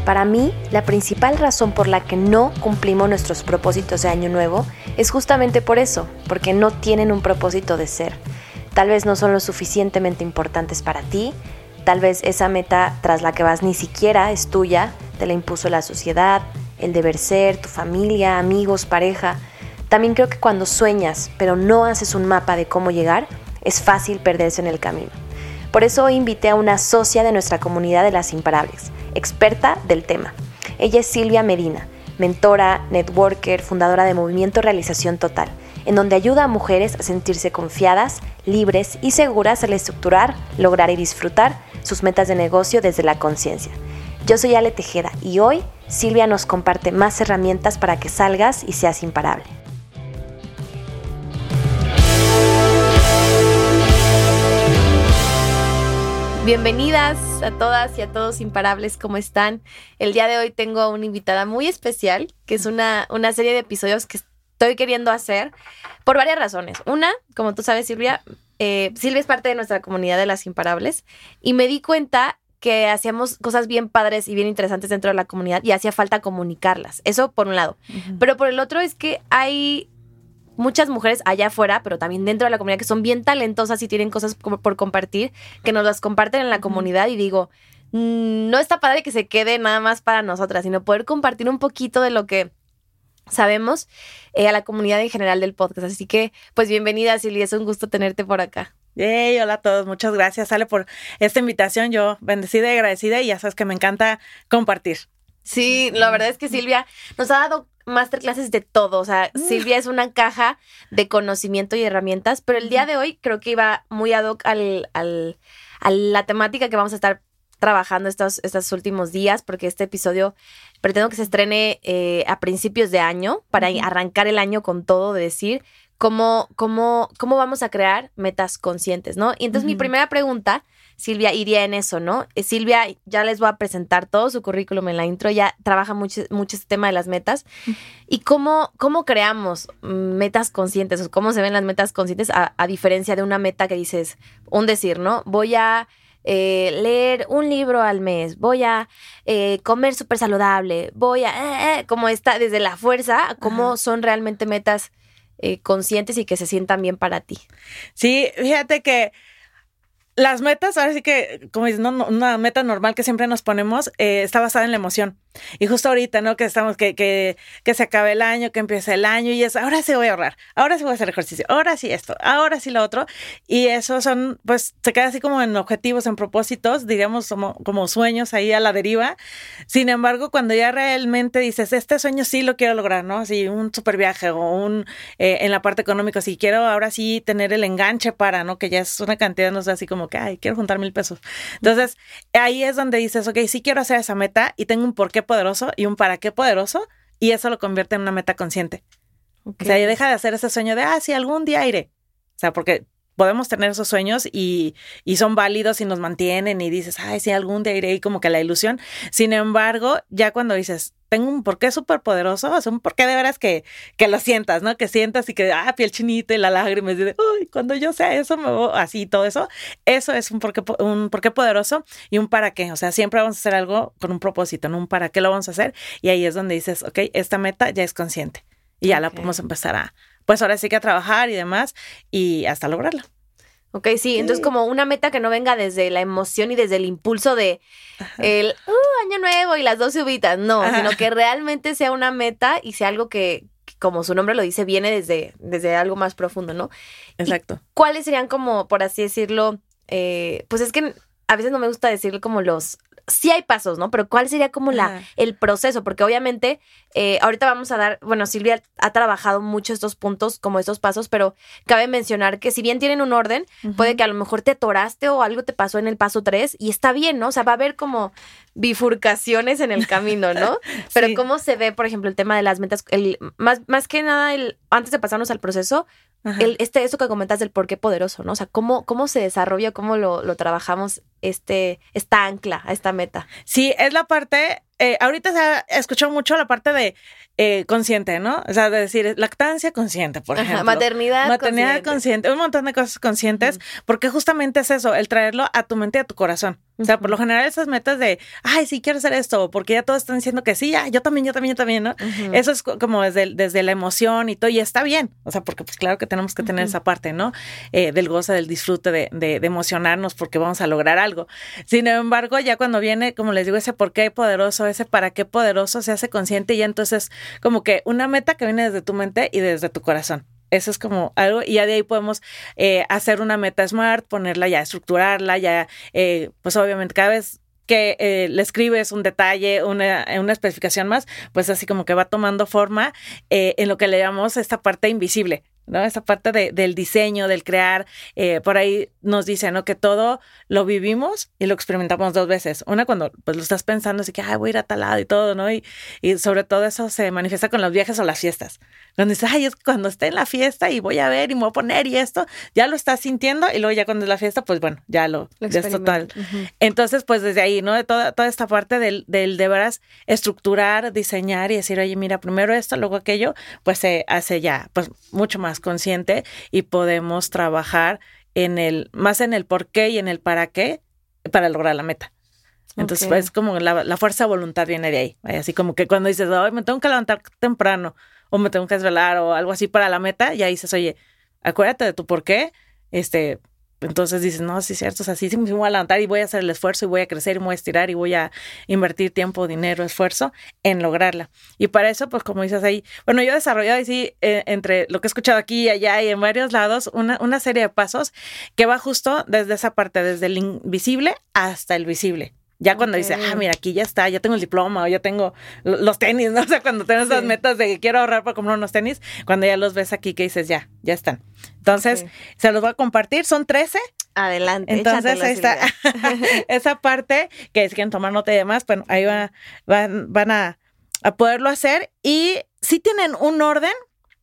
Para mí, la principal razón por la que no cumplimos nuestros propósitos de año nuevo es justamente por eso, porque no tienen un propósito de ser. Tal vez no son lo suficientemente importantes para ti, tal vez esa meta tras la que vas ni siquiera es tuya, te la impuso la sociedad, el deber ser, tu familia, amigos, pareja. También creo que cuando sueñas, pero no haces un mapa de cómo llegar, es fácil perderse en el camino. Por eso hoy invité a una socia de nuestra comunidad de las imparables, experta del tema. Ella es Silvia Medina, mentora, networker, fundadora de Movimiento Realización Total, en donde ayuda a mujeres a sentirse confiadas, libres y seguras al estructurar, lograr y disfrutar sus metas de negocio desde la conciencia. Yo soy Ale Tejeda y hoy Silvia nos comparte más herramientas para que salgas y seas imparable. Bienvenidas a todas y a todos imparables, ¿cómo están? El día de hoy tengo una invitada muy especial, que es una serie de episodios que estoy queriendo hacer por varias razones. Una, como tú sabes, Silvia es parte de nuestra comunidad de las imparables y me di cuenta que hacíamos cosas bien padres y bien interesantes dentro de la comunidad y hacía falta comunicarlas. Eso por un lado. Uh-huh. Pero por el otro es que hay muchas mujeres allá afuera, pero también dentro de la comunidad que son bien talentosas y tienen cosas por compartir, que nos las comparten en la comunidad y digo, no está padre que se quede nada más para nosotras, sino poder compartir un poquito de lo que sabemos a la comunidad en general del podcast. Así que, pues bienvenida, Silvia, es un gusto tenerte por acá. Hey, hola a todos, muchas gracias, Ale, por esta invitación. Yo bendecida y agradecida y ya sabes que me encanta compartir. Sí, la verdad es que Silvia nos ha dado masterclasses de todo, o sea, Silvia es una caja de conocimiento y herramientas, pero el día de hoy creo que iba muy ad hoc a la temática que vamos a estar trabajando estos últimos días, porque este episodio pretendo que se estrene a principios de año, para arrancar el año con todo, de decir cómo vamos a crear metas conscientes, ¿no? Y entonces mi primera pregunta, Silvia, iría en eso, ¿no? Silvia, ya les voy a presentar todo su currículum en la intro, ya trabaja mucho este tema de las metas. ¿Y cómo creamos metas conscientes? O cómo se ven las metas conscientes a diferencia de una meta que dices, un decir, ¿no? Voy a leer un libro al mes, voy a comer súper saludable, voy a... como está desde la fuerza, cómo son realmente metas conscientes y que se sientan bien para ti. Sí, fíjate que las metas, ahora sí que, como dices, no, una meta normal que siempre nos ponemos está basada en la emoción. Y justo ahorita, ¿no? Que estamos, que se acabe el año, que empiece el año y es, ahora sí voy a ahorrar, ahora sí voy a hacer ejercicio, ahora sí esto, ahora sí lo otro. Y eso son, pues, se queda así como en objetivos, en propósitos, diríamos como sueños ahí a la deriva. Sin embargo, cuando ya realmente dices, este sueño sí lo quiero lograr, ¿no? Así un super viaje o en la parte económica, si quiero ahora sí tener el enganche para, ¿no? Que ya es una cantidad, no sé, así como que, ay, quiero juntar 1,000 pesos. Entonces, ahí es donde dices, ok, sí quiero hacer esa meta y tengo un porqué poderoso y un para qué poderoso y eso lo convierte en una meta consciente. Okay. O sea, ya deja de hacer ese sueño de, sí, algún día iré. O sea, porque podemos tener esos sueños y son válidos y nos mantienen y dices, sí, algún día iré y como que la ilusión. Sin embargo, ya cuando dices, tengo un porqué súper poderoso, o sea, un porqué de veras que lo sientas, ¿no? Que sientas y que, piel chinita y la lágrima y de, cuando yo sea eso me voy, así, todo eso. Eso es un porqué poderoso y un para qué. O sea, siempre vamos a hacer algo con un propósito, ¿no? Un para qué lo vamos a hacer. Y ahí es donde dices, ok, esta meta ya es consciente. Y ya la podemos empezar pues ahora sí que a trabajar y demás y hasta lograrla. Ok, sí, entonces como una meta que no venga desde la emoción y desde el impulso de el año nuevo y las 12 uvitas, no, sino que realmente sea una meta y sea algo que como su nombre lo dice, viene desde algo más profundo, ¿no? Exacto. ¿Y cuáles serían como, por así decirlo, pues es que a veces no me gusta decirlo como sí hay pasos, ¿no? Pero ¿cuál sería como el proceso? Porque obviamente ahorita vamos a dar, bueno, Silvia ha trabajado mucho estos puntos, como estos pasos, pero cabe mencionar que si bien tienen un orden, puede que a lo mejor te atoraste o algo te pasó en el paso 3 y está bien, ¿no? O sea, va a haber como bifurcaciones en el camino, ¿no? Pero sí. ¿Cómo se ve, por ejemplo, el tema de las metas? Más que nada, antes de pasarnos al proceso, eso que comentas del por qué poderoso, ¿no? O sea, ¿cómo se desarrolla, cómo lo trabajamos esta ancla a esta meta? Sí, es la parte, ahorita se ha escuchado mucho la parte de consciente, ¿no? O sea, de decir lactancia consciente, por ejemplo. Maternidad consciente, un montón de cosas conscientes, porque justamente es eso, el traerlo a tu mente y a tu corazón. O sea, por lo general esas metas de, ay, sí, quiero hacer esto, porque ya todos están diciendo que sí, yo también, ¿no? Eso es como desde la emoción y todo, y está bien. O sea, porque pues claro que tenemos que tener esa parte, ¿no? Del goce, del disfrute, de emocionarnos porque vamos a lograr algo. Sin embargo, ya cuando viene, como les digo, ese por qué poderoso, ese para qué poderoso, se hace consciente y entonces como que una meta que viene desde tu mente y desde tu corazón. Eso es como algo, y ya de ahí podemos hacer una meta SMART, ponerla ya, estructurarla, ya, pues obviamente cada vez que le escribes un detalle, una especificación más, pues así como que va tomando forma en lo que le llamamos esta parte invisible, ¿no? Esa parte del diseño, del crear. Por ahí nos dice, ¿no? Que todo lo vivimos y lo experimentamos 2 veces. Una cuando pues lo estás pensando, así que, voy a ir a tal lado y todo, ¿no? Y sobre todo eso se manifiesta con los viajes o las fiestas. Cuando dices, es cuando esté en la fiesta y voy a ver y me voy a poner y esto, ya lo estás sintiendo y luego ya cuando es la fiesta, pues bueno, ya es total. Entonces, pues desde ahí, ¿no? De toda esta parte del de veras estructurar, diseñar y decir, oye, mira, primero esto, luego aquello, pues se hace ya, pues mucho más consciente y podemos trabajar más en el por qué y en el para qué para lograr la meta. Entonces, pues como la fuerza de voluntad viene de ahí. Así como que cuando dices, me tengo que levantar temprano o me tengo que desvelar o algo así para la meta, ya dices, oye, acuérdate de tu por qué, entonces dices, no, sí es cierto, o sea, sí me voy a levantar y voy a hacer el esfuerzo y voy a crecer y me voy a estirar y voy a invertir tiempo, dinero, esfuerzo en lograrla. Y para eso, pues como dices ahí, bueno, yo he desarrollado ahí sí, entre lo que he escuchado aquí y allá y en varios lados, una serie de pasos que va justo desde esa parte, desde el invisible hasta el visible. Ya cuando dice, mira, aquí ya está, ya tengo el diploma o ya tengo los tenis, ¿no? O sea, cuando tienes las metas de que quiero ahorrar para comprar unos tenis, cuando ya los ves aquí que dices, ya están. Entonces, se los voy a compartir, son 13. Adelante. Entonces, ahí está esa parte que si quieren tomar nota y demás, bueno, ahí van a poderlo hacer y sí tienen un orden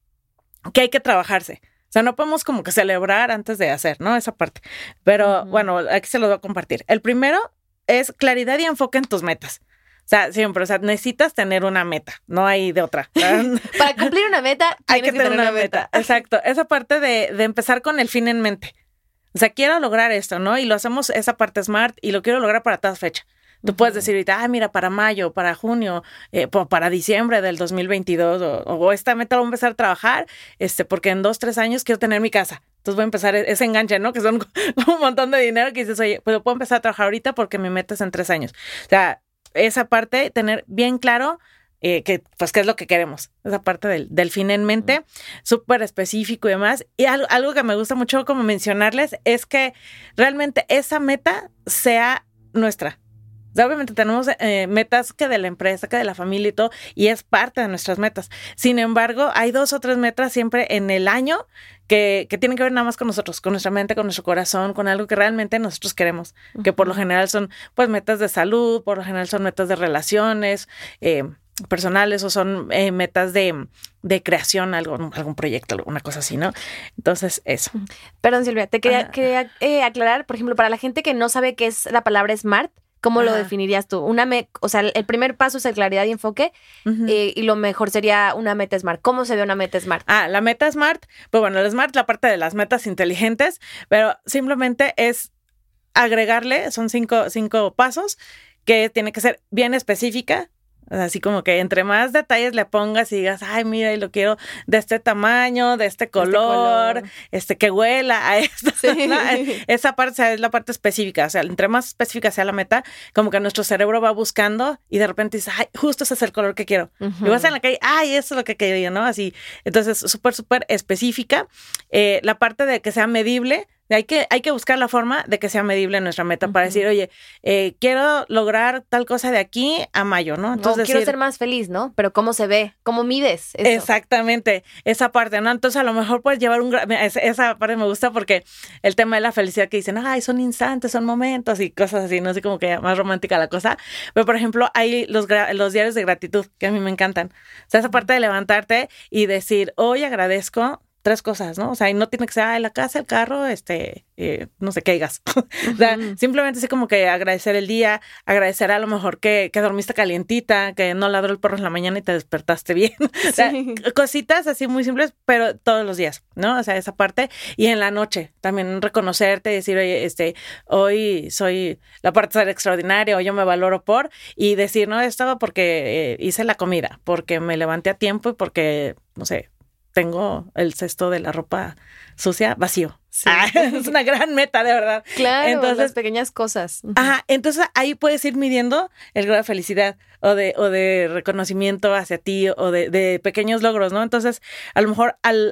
que hay que trabajarse. O sea, no podemos como que celebrar antes de hacer, ¿no? Esa parte. Pero bueno, aquí se los voy a compartir. El primero es claridad y enfoque en tus metas. O sea, siempre, necesitas tener una meta, no hay de otra. Para cumplir una meta, hay que tener una meta. Exacto. Esa parte de empezar con el fin en mente. O sea, quiero lograr esto, ¿no? Y lo hacemos esa parte SMART y lo quiero lograr para tal fecha. Tú puedes decir ahorita, mira, para mayo, para junio, para diciembre del 2022, o esta meta voy a empezar a trabajar, porque en 2, 3 años quiero tener mi casa. Entonces voy a empezar ese enganche, ¿no? Que son un montón de dinero que dices, oye, pues lo puedo empezar a trabajar ahorita porque mi meta es en 3 años. O sea, esa parte, tener bien claro que pues qué es lo que queremos. Esa parte del fin en mente, súper específico y demás. Y algo que me gusta mucho como mencionarles es que realmente esa meta sea nuestra. O sea, obviamente tenemos metas que de la empresa, que de la familia y todo, y es parte de nuestras metas. Sin embargo, hay 2 o 3 metas siempre en el año que tienen que ver nada más con nosotros, con nuestra mente, con nuestro corazón, con algo que realmente nosotros queremos, que por lo general son pues metas de salud, por lo general son metas de relaciones personales o son metas de creación, algún proyecto, alguna cosa así, ¿no? Entonces, eso. Perdón, Silvia, te quería aclarar, por ejemplo, para la gente que no sabe qué es la palabra SMART, ¿cómo lo definirías tú? O sea, el primer paso es el claridad y enfoque y lo mejor sería una meta SMART. ¿Cómo se ve una meta SMART? La meta SMART, pues bueno, el SMART, la parte de las metas inteligentes, pero simplemente es agregarle, son 5 pasos que tiene que ser bien específica. Así como que entre más detalles le pongas y digas, ay, mira, y lo quiero de este tamaño, de este color, que huela a esto. Sí. ¿No? Esa parte, o sea, es la parte específica. O sea, entre más específica sea la meta, como que nuestro cerebro va buscando y de repente dice, ay, justo ese es el color que quiero. Y vas en la calle, ay, eso es lo que quería, ¿no? Así. Entonces, súper específica. La parte de que sea medible. Hay que buscar la forma de que sea medible nuestra meta para decir, oye, quiero lograr tal cosa de aquí a mayo, ¿no? Entonces quiero ser más feliz, ¿no? Pero ¿cómo se ve? ¿Cómo mides eso? Exactamente, esa parte, ¿no? Entonces a lo mejor puedes llevar esa parte me gusta porque el tema de la felicidad que dicen, ay, son instantes, son momentos y cosas así, no sé, como que más romántica la cosa. Pero, por ejemplo, hay los diarios de gratitud que a mí me encantan. O sea, esa parte de levantarte y decir, hoy agradezco 3 cosas, ¿no? O sea, y no tiene que ser, la casa, el carro, no sé, caigas. O sea, simplemente así como que agradecer el día, agradecer a lo mejor que dormiste calientita, que no ladró el perro en la mañana y te despertaste bien. O sea, cositas así muy simples, pero todos los días, ¿no? O sea, esa parte. Y en la noche también reconocerte y decir, oye, hoy soy la parte de ser extraordinaria, o yo me valoro por, y decir, no, estaba porque hice la comida, porque me levanté a tiempo y porque, no sé, tengo el cesto de la ropa sucia vacío. Sí. Es una gran meta, de verdad. Claro, entonces, las pequeñas cosas. Ajá, entonces ahí puedes ir midiendo el grado de felicidad o de reconocimiento hacia ti o de pequeños logros, ¿no? Entonces, a lo mejor al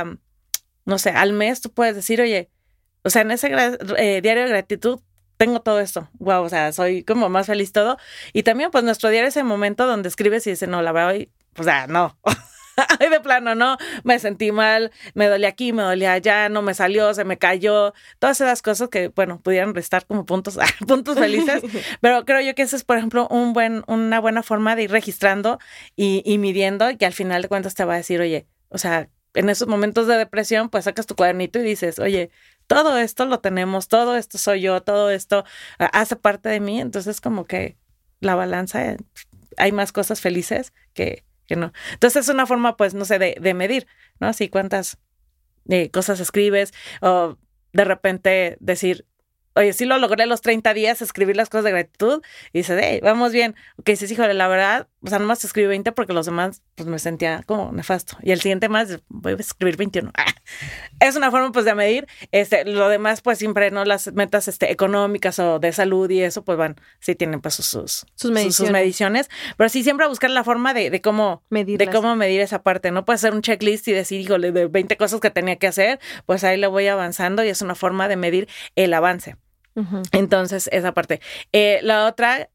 mes tú puedes decir, oye, o sea, en ese diario de gratitud tengo todo esto. Wow, o sea, soy como más feliz todo. Y también, pues, nuestro diario es el momento donde escribes y dices, no, la verdad hoy, o sea, no. Ay, de plano, no, me sentí mal, me dolía aquí, me dolía allá, no me salió, se me cayó, todas esas cosas que, bueno, pudieran restar como puntos felices, pero creo yo que eso es, por ejemplo, una buena forma de ir registrando y midiendo, y que al final de cuentas te va a decir, oye, o sea, en esos momentos de depresión, pues sacas tu cuadernito y dices, oye, todo esto lo tenemos, todo esto soy yo, todo esto hace parte de mí, entonces como que la balanza, hay más cosas felices que no. Entonces es una forma, pues, no sé, de medir, ¿no? Así cuántas cosas escribes, o de repente decir, oye, sí lo logré los 30 días, escribir las cosas de gratitud, y dices, hey, vamos bien. Ok, dices, híjole, la verdad, o sea, nomás escribí 20 porque los demás, pues, me sentía como nefasto. Y el siguiente más, voy a escribir 21. Es una forma, pues, de medir. Lo demás, pues, siempre, ¿no? Las metas económicas o de salud y eso, pues, sí tienen, pues, sus mediciones. Pero sí, siempre buscar la forma de cómo medir esa parte, ¿no? Puedes hacer un checklist y decir, híjole, de 20 cosas que tenía que hacer, pues ahí le voy avanzando, y es una forma de medir el avance. Uh-huh. Entonces, esa parte. La otra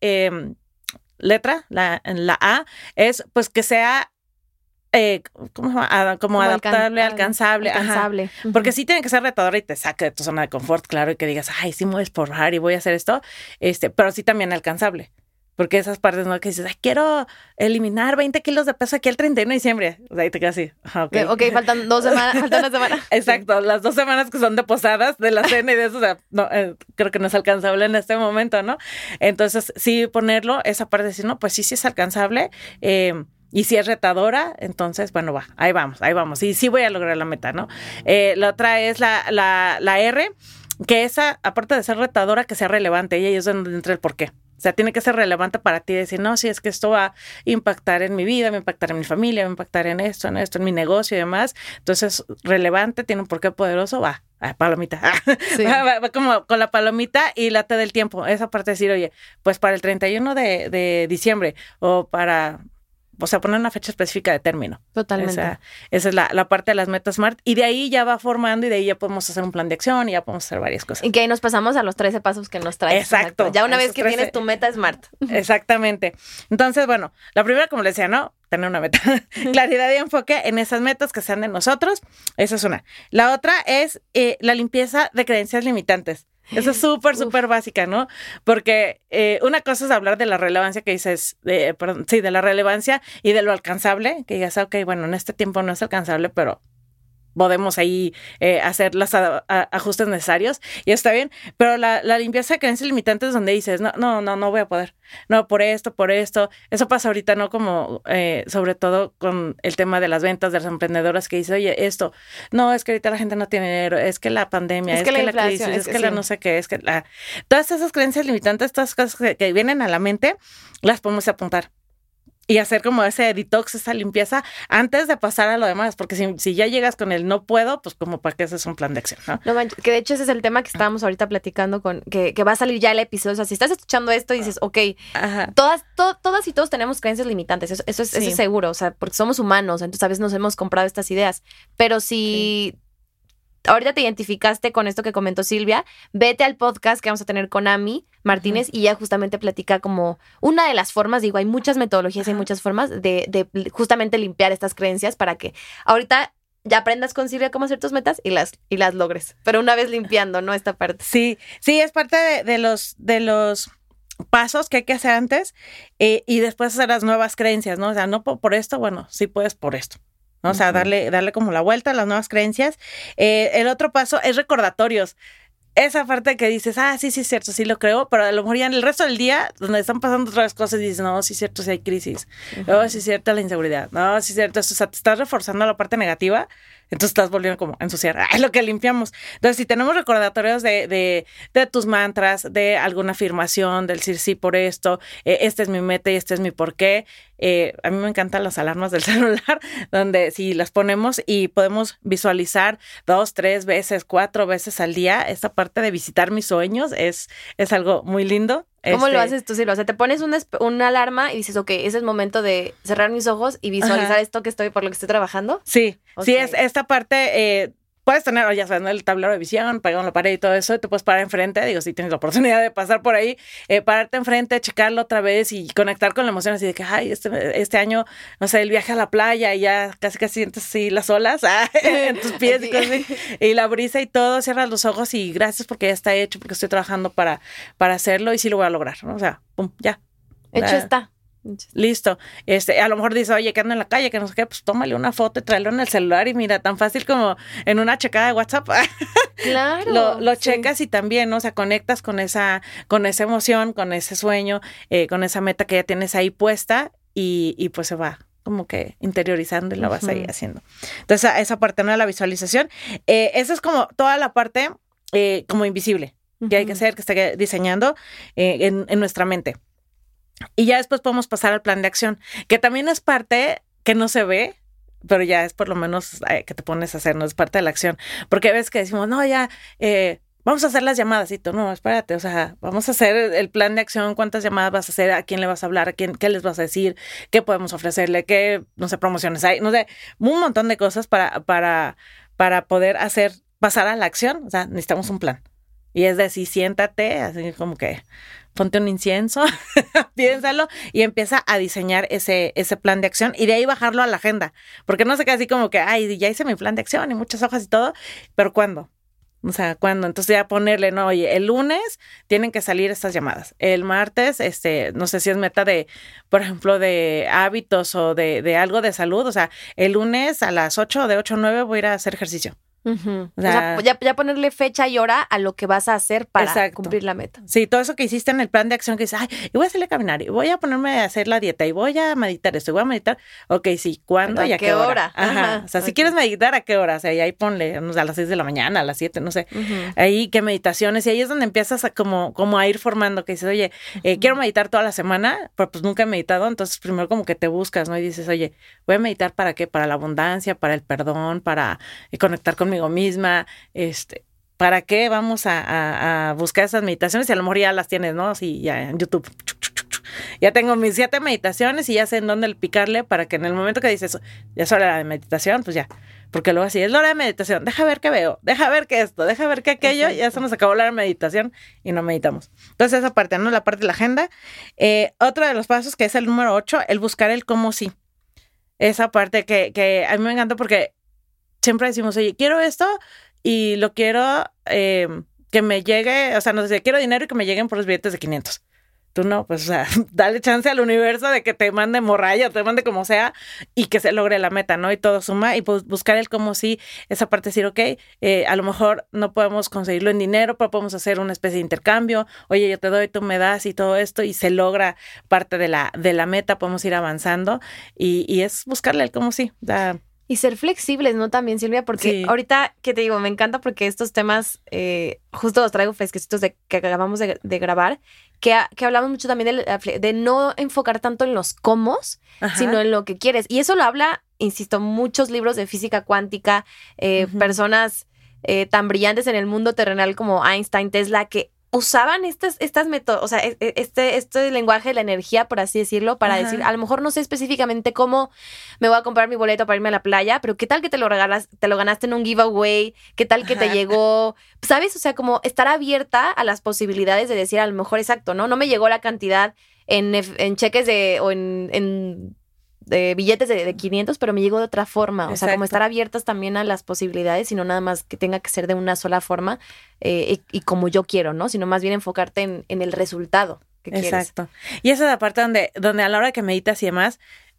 letra, la A, es pues que sea ¿cómo se llama? Como adaptable, alcanzable. Alcanzable. Ajá. Uh-huh. Porque sí tiene que ser retador y te saque de tu zona de confort, claro, y que digas, ay, sí me voy a esforjar y voy a hacer esto, pero sí también alcanzable. Porque esas partes, ¿no? Que dices, ay, quiero eliminar 20 kilos de peso aquí el 31 de diciembre. O sea, ahí te quedas así. Ok, faltan 2 semanas, faltan una semana. Exacto, sí. Las 2 semanas que son de posadas, de la cena y de eso, o sea, no, creo que no es alcanzable en este momento, ¿no? Entonces, sí ponerlo, esa parte de decir, no, pues sí es alcanzable, y si es retadora, entonces, bueno, ahí vamos. Y sí voy a lograr la meta, ¿no? La otra es la R, que esa, aparte de ser retadora, que sea relevante. Y ahí es donde entra el porqué. O sea, tiene que ser relevante para ti, decir, no, si es que esto va a impactar en mi vida, va a impactar en mi familia, va a impactar en esto, en mi negocio y demás. Entonces, relevante, tiene un porqué poderoso, palomita. Sí. Va como con la palomita y la T del tiempo. Esa parte de decir, oye, pues para el 31 de diciembre o para... O sea, poner una fecha específica de término. Totalmente. Esa es la parte de las metas SMART. Y de ahí ya va formando y de ahí ya podemos hacer un plan de acción y ya podemos hacer varias cosas. Y que ahí nos pasamos a los 13 pasos que nos traes. Exacto. Ya una vez que tienes tu meta SMART. Exactamente. Entonces, bueno, la primera, como les decía, ¿no? Tener una meta. Claridad y enfoque en esas metas que sean de nosotros. Esa es una. La otra es la limpieza de creencias limitantes. Eso es súper básica, ¿no? Porque una cosa es hablar de la relevancia que dices, de la relevancia y de lo alcanzable, que digas, ok, bueno, en este tiempo no es alcanzable, pero podemos ahí hacer los ajustes necesarios y está bien, pero la limpieza de creencias limitantes es donde dices, no voy a poder, no, por esto, eso pasa ahorita, ¿no? Como sobre todo con el tema de las ventas de las emprendedoras que dice, oye, esto, no, es que ahorita la gente no tiene dinero, es que la pandemia, es que la crisis, es que la no sé qué, es que todas esas creencias limitantes, todas las cosas que vienen a la mente, las podemos apuntar. Y hacer como ese detox, esa limpieza, antes de pasar a lo demás. Porque si ya llegas con el no puedo, pues como para qué haces un plan de acción, ¿no? No manches, que de hecho ese es el tema que estábamos ahorita platicando que va a salir ya el episodio. O sea, si estás escuchando esto y dices, ok, todas y todos tenemos creencias limitantes. Eso es seguro, o sea, porque somos humanos. Entonces a veces nos hemos comprado estas ideas. Pero si... ahorita te identificaste con esto que comentó Silvia, vete al podcast que vamos a tener con Ami Martínez y ella justamente platica como una de las formas, digo, hay muchas metodologías, hay muchas formas de justamente limpiar estas creencias para que ahorita ya aprendas con Silvia cómo hacer tus metas y las logres, pero una vez limpiando, ¿no? Esta parte. Sí, es parte de los pasos que hay que hacer antes y después hacer las nuevas creencias, ¿no? O sea, no por esto, bueno, sí puedes por esto. ¿no? O sea, darle como la vuelta a las nuevas creencias. El otro paso es recordatorios. Esa parte que dices, sí, es cierto, sí lo creo, pero a lo mejor ya en el resto del día, donde están pasando otras cosas, dices, no, sí es cierto, sí hay crisis. No, sí es cierto la inseguridad. No, sí es cierto, o sea, te estás reforzando la parte negativa, entonces estás volviendo como a ensuciar. Es lo que limpiamos. Entonces, si tenemos recordatorios de tus mantras, de alguna afirmación, del decir sí por esto, esta es mi meta y este es mi porqué. A mí me encantan las alarmas del celular, donde si las ponemos y podemos visualizar 2, 3 veces, 4 veces al día, esta parte de visitar mis sueños es algo muy lindo. ¿Cómo lo haces tú, Silvia? O sea, te pones una alarma y dices, ok, ese es el momento de cerrar mis ojos y visualizar esto por lo que estoy trabajando. Sí, okay. Sí, es esta parte... puedes tener, ya sabes, ¿no? El tablero de visión, pegado en la pared y todo eso, y te puedes parar enfrente, digo, si tienes la oportunidad de pasar por ahí, pararte enfrente, checarlo otra vez y conectar con la emoción así de que, este año, no sé, el viaje a la playa y ya casi sientes así las olas en tus pies y cosas así, y la brisa y todo, cierras los ojos y gracias porque ya está hecho, porque estoy trabajando para hacerlo y sí lo voy a lograr, ¿no? O sea, pum, ya. Hecho está. Listo. A lo mejor dice, oye, que ando en la calle, que no sé qué, pues tómale una foto y tráelo en el celular y mira, tan fácil como en una checada de WhatsApp. Claro. Lo checas y también, ¿no? O sea, conectas con esa emoción, con ese sueño, con esa meta que ya tienes ahí puesta y pues se va como que interiorizando y la vas ahí haciendo. Entonces, esa parte, ¿no? De la visualización. Esa es como toda la parte como invisible que hay que hacer, que está diseñando en nuestra mente. Y ya después podemos pasar al plan de acción, que también es parte que no se ve, pero ya es por lo menos que te pones a hacer, no es parte de la acción. Porque ves que decimos, no, ya, vamos a hacer las llamadas y tú, no, espérate, o sea, vamos a hacer el plan de acción, cuántas llamadas vas a hacer, a quién le vas a hablar, qué les vas a decir, qué podemos ofrecerle, qué, no sé, promociones hay, no sé, un montón de cosas para poder pasar a la acción. O sea, necesitamos un plan. Y es decir, siéntate, así como que ponte un incienso, piénsalo y empieza a diseñar ese plan de acción y de ahí bajarlo a la agenda. Porque no se queda así como que, ya hice mi plan de acción y muchas hojas y todo, pero ¿cuándo? O sea, ¿cuándo? Entonces ya ponerle, no, oye, el lunes tienen que salir estas llamadas. El martes, no sé si es meta de, por ejemplo, de hábitos o de algo de salud. O sea, el lunes a las 8, de 8 a 9 voy a ir a hacer ejercicio. O sea, ya ponerle fecha y hora a lo que vas a hacer para cumplir la meta. Sí, todo eso que hiciste en el plan de acción que dices, y voy a salir a caminar, y voy a ponerme a hacer la dieta, y voy a meditar esto, y voy a meditar. Ok, sí, ¿cuándo y a qué hora? Ajá. O sea, si quieres meditar, ¿a qué hora? O sea, y ahí ponle, no sé, a las 6 de la mañana, a las 7, no sé. Ahí, ¿qué meditaciones? Y ahí es donde empiezas a como a ir formando, que dices, oye, quiero meditar toda la semana, pero pues nunca he meditado, entonces primero como que te buscas, ¿no? Y dices, oye, voy a meditar ¿para qué? Para la abundancia, para el perdón, para conectar conmigo misma, ¿para qué vamos a buscar esas meditaciones? Y a lo mejor ya las tienes, ¿no? Sí, ya en YouTube. Ya tengo mis 7 meditaciones y ya sé en dónde picarle para que en el momento que dices, ya es hora de meditación, pues ya. Porque luego así, es la hora de meditación, deja ver qué veo, deja ver qué esto, deja ver qué aquello, ya se nos acabó la hora de meditación y no meditamos. Entonces esa parte, ¿no? La parte de la agenda. Otro de los pasos, que es el número 8, el buscar el cómo sí. Esa parte que a mí me encanta porque siempre decimos, oye, quiero esto y lo quiero que me llegue, o sea, no sé, quiero dinero y que me lleguen por los billetes de 500. Tú no, pues, o sea, dale chance al universo de que te mande morralla, te mande como sea y que se logre la meta, ¿no? Y todo suma y pues buscar el cómo sí, esa parte decir, ok, a lo mejor no podemos conseguirlo en dinero, pero podemos hacer una especie de intercambio. Oye, yo te doy, tú me das y todo esto y se logra parte de la meta, podemos ir avanzando y es buscarle el cómo sí, Y ser flexibles, ¿no? También, Silvia, porque ahorita, que te digo, me encanta porque estos temas justo los traigo fresquecitos que acabamos de grabar, que hablamos mucho también de no enfocar tanto en los cómo, sino en lo que quieres. Y eso lo habla, insisto, muchos libros de física cuántica, personas tan brillantes en el mundo terrenal como Einstein, Tesla, que usaban estas métodos, o sea, este lenguaje de la energía, por así decirlo, para decir, a lo mejor no sé específicamente cómo me voy a comprar mi boleto para irme a la playa, pero qué tal que te lo ganaste en un giveaway, qué tal que te llegó, ¿sabes? O sea, como estar abierta a las posibilidades de decir, a lo mejor, exacto, ¿no? No me llegó la cantidad en cheques o en de billetes de 500, pero me llegó de otra forma. O sea, como estar abiertas también a las posibilidades y no nada más que tenga que ser de una sola forma y como yo quiero, ¿no? Sino más bien enfocarte en el resultado que quieres. Exacto. Y esa es la parte donde a la hora que meditas y demás,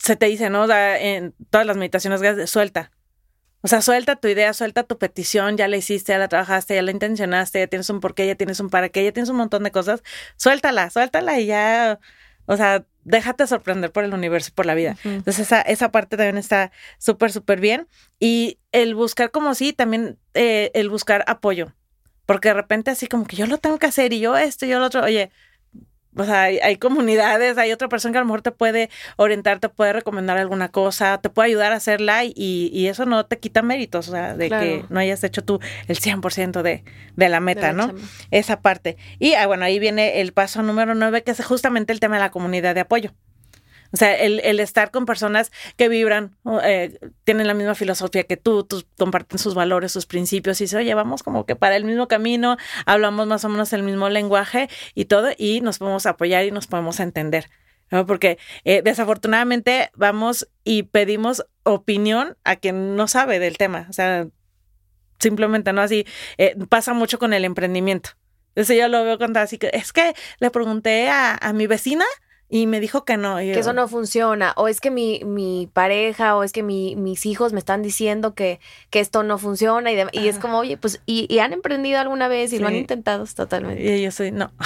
se te dice, ¿no? O sea, en todas las meditaciones, suelta. O sea, suelta tu idea, suelta tu petición, ya la hiciste, ya la trabajaste, ya la intencionaste, ya tienes un porqué, ya tienes un para qué, ya tienes un montón de cosas. Suéltala y ya, o sea, déjate sorprender por el universo y por la vida. Uh-huh. Entonces, esa parte también está súper, súper bien. Y el buscar como sí, también el buscar apoyo. Porque de repente así como que yo lo tengo que hacer y yo esto y yo lo otro, oye, o sea, hay comunidades, hay otra persona que a lo mejor te puede orientar, te puede recomendar alguna cosa, te puede ayudar a hacerla y eso no te quita méritos, o sea, de que no hayas hecho tú el 100% de la meta, ¿no? Esa parte. Y bueno, ahí viene el paso número 9, que es justamente el tema de la comunidad de apoyo. O sea, el estar con personas que vibran, tienen la misma filosofía que tú comparten sus valores, sus principios, y dice, oye, vamos como que para el mismo camino, hablamos más o menos el mismo lenguaje y todo, y nos podemos apoyar y nos podemos entender, ¿no? Porque desafortunadamente vamos y pedimos opinión a quien no sabe del tema. O sea, simplemente, ¿no? Así pasa mucho con el emprendimiento. Entonces yo lo veo cuando así que, es que le pregunté a mi vecina y me dijo que no. Que eso no funciona. O es que mi pareja, o es que mis hijos me están diciendo que esto no funciona. Y es como, oye, pues, y han emprendido alguna vez y lo han intentado totalmente. Y yo soy, no.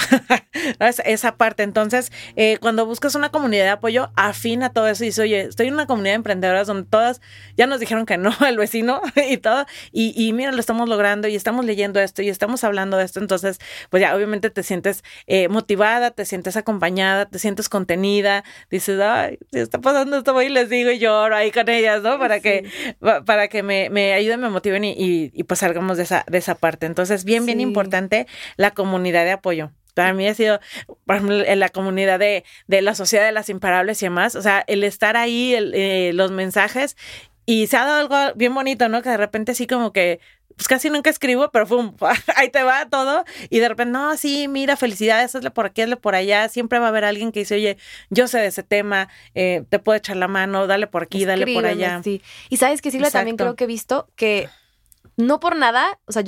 Esa parte. Entonces, cuando buscas una comunidad de apoyo, afina todo eso y dices, oye, estoy en una comunidad de emprendedoras donde todas ya nos dijeron que no, el vecino y todo. Y mira, lo estamos logrando y estamos leyendo esto y estamos hablando de esto. Entonces, pues ya obviamente te sientes motivada, te sientes acompañada, te sientes contenida, dices, ay, si está pasando esto, voy y les digo y lloro ahí con ellas, ¿no? Para que me ayuden, me motiven y pues salgamos de esa parte. Entonces, bien importante la comunidad de apoyo. Para mí ha sido, por ejemplo, en la comunidad de la Sociedad de las Imparables y demás, o sea, el estar ahí, los mensajes, y se ha dado algo bien bonito, ¿no? Que de repente así como que pues casi nunca escribo, pero ¡pum! Ahí te va todo. Y de repente, no, sí, mira, felicidades, hazle por aquí, hazle por allá. Siempre va a haber alguien que dice, oye, yo sé de ese tema, te puedo echar la mano, dale por aquí, dale por allá. Sí. Y sabes que Silvia, también creo que he visto que no por nada, o sea,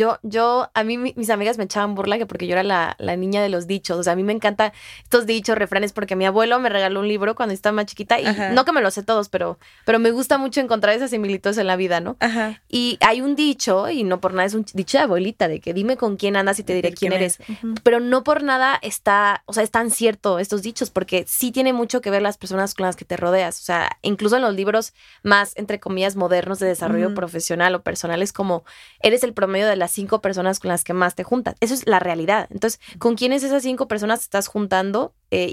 a mí mis amigas me echaban burla que porque yo era la niña de los dichos. O sea, a mí me encantan estos dichos, refranes, porque mi abuelo me regaló un libro cuando estaba más chiquita y no que me los sé todos, pero me gusta mucho encontrar esas similitudes en la vida, ¿no? Ajá. Y hay un dicho, y no por nada es un dicho de abuelita, de que dime con quién andas y te diré quién eres. Uh-huh. Pero no por nada es tan cierto estos dichos, porque sí tiene mucho que ver las personas con las que te rodeas. O sea, incluso en los libros más, entre comillas, modernos de desarrollo profesional o personal, es como eres el promedio de las 5 personas con las que más te juntas. Eso es la realidad. Entonces, ¿con quiénes esas 5 personas te estás juntando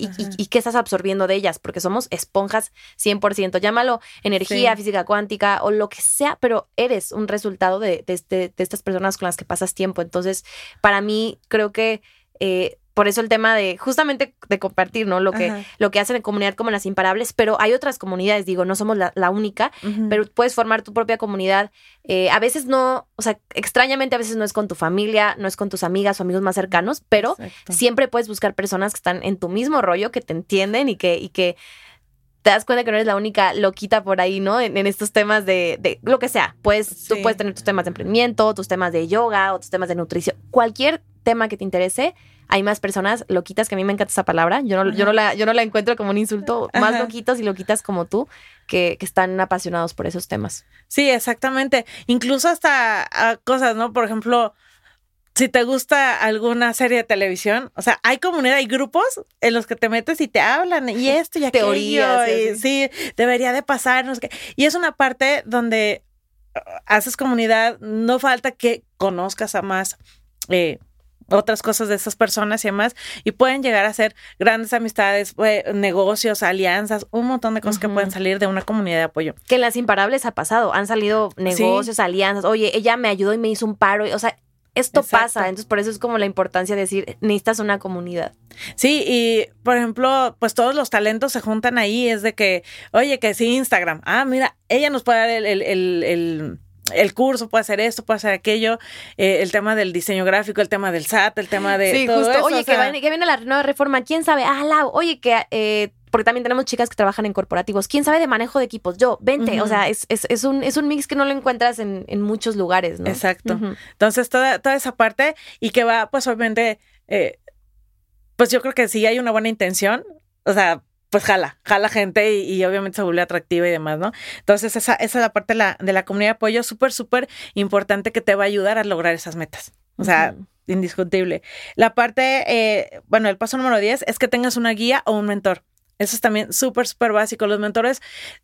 y qué estás absorbiendo de ellas? Porque somos esponjas 100%. Llámalo energía, física cuántica o lo que sea, pero eres un resultado de estas personas con las que pasas tiempo. Entonces, para mí, creo que por eso el tema de justamente de compartir, ¿no? Lo que hacen en comunidad como Las Imparables, pero hay otras comunidades, digo, no somos la única, pero puedes formar tu propia comunidad. A veces no, o sea, extrañamente a veces no es con tu familia, no es con tus amigas o amigos más cercanos, pero siempre puedes buscar personas que están en tu mismo rollo, que te entienden y que te das cuenta que no eres la única loquita por ahí, ¿no? En estos temas de lo que sea. Tú puedes tener tus temas de emprendimiento, tus temas de yoga o tus temas de nutrición. Cualquier tema que te interese, hay más personas loquitas, que a mí me encanta esa palabra. Yo no la encuentro como un insulto. Más loquitos y loquitas como tú que están apasionados por esos temas. Sí, exactamente. Incluso hasta cosas, ¿no? Por ejemplo, si te gusta alguna serie de televisión, o sea, hay comunidad, hay grupos en los que te metes y te hablan y esto y aquello. Teorías. Y sí, debería de pasar, no sé qué. Y es una parte donde haces comunidad, no falta que conozcas a más otras cosas de esas personas y demás, y pueden llegar a ser grandes amistades, negocios, alianzas, un montón de cosas que pueden salir de una comunidad de apoyo. Que en Las Imparables ha pasado, han salido negocios, alianzas, oye, ella me ayudó y me hizo un paro, o sea, esto pasa, entonces por eso es como la importancia de decir, necesitas una comunidad. Sí, y por ejemplo, pues todos los talentos se juntan ahí, es de que, oye, que sí, Instagram, mira, ella nos puede dar el curso, puede hacer esto, puede hacer aquello, el tema del diseño gráfico, el tema del SAT, el tema de todo justo, eso. Oye, que viene la nueva reforma, ¿quién sabe? Oye, que porque también tenemos chicas que trabajan en corporativos, ¿quién sabe de manejo de equipos? Yo, vente, o sea, es un mix que no lo encuentras en muchos lugares, ¿no? Exacto. Entonces, toda esa parte, y que va, pues, obviamente, pues yo creo que sí hay una buena intención, o sea, pues jala gente y obviamente se vuelve atractiva y demás, ¿no? Entonces esa es la parte de la comunidad de apoyo súper, súper importante que te va a ayudar a lograr esas metas. O sea, indiscutible. La parte, bueno, el paso número 10 es que tengas una guía o un mentor. Eso es también súper, súper básico. Los mentores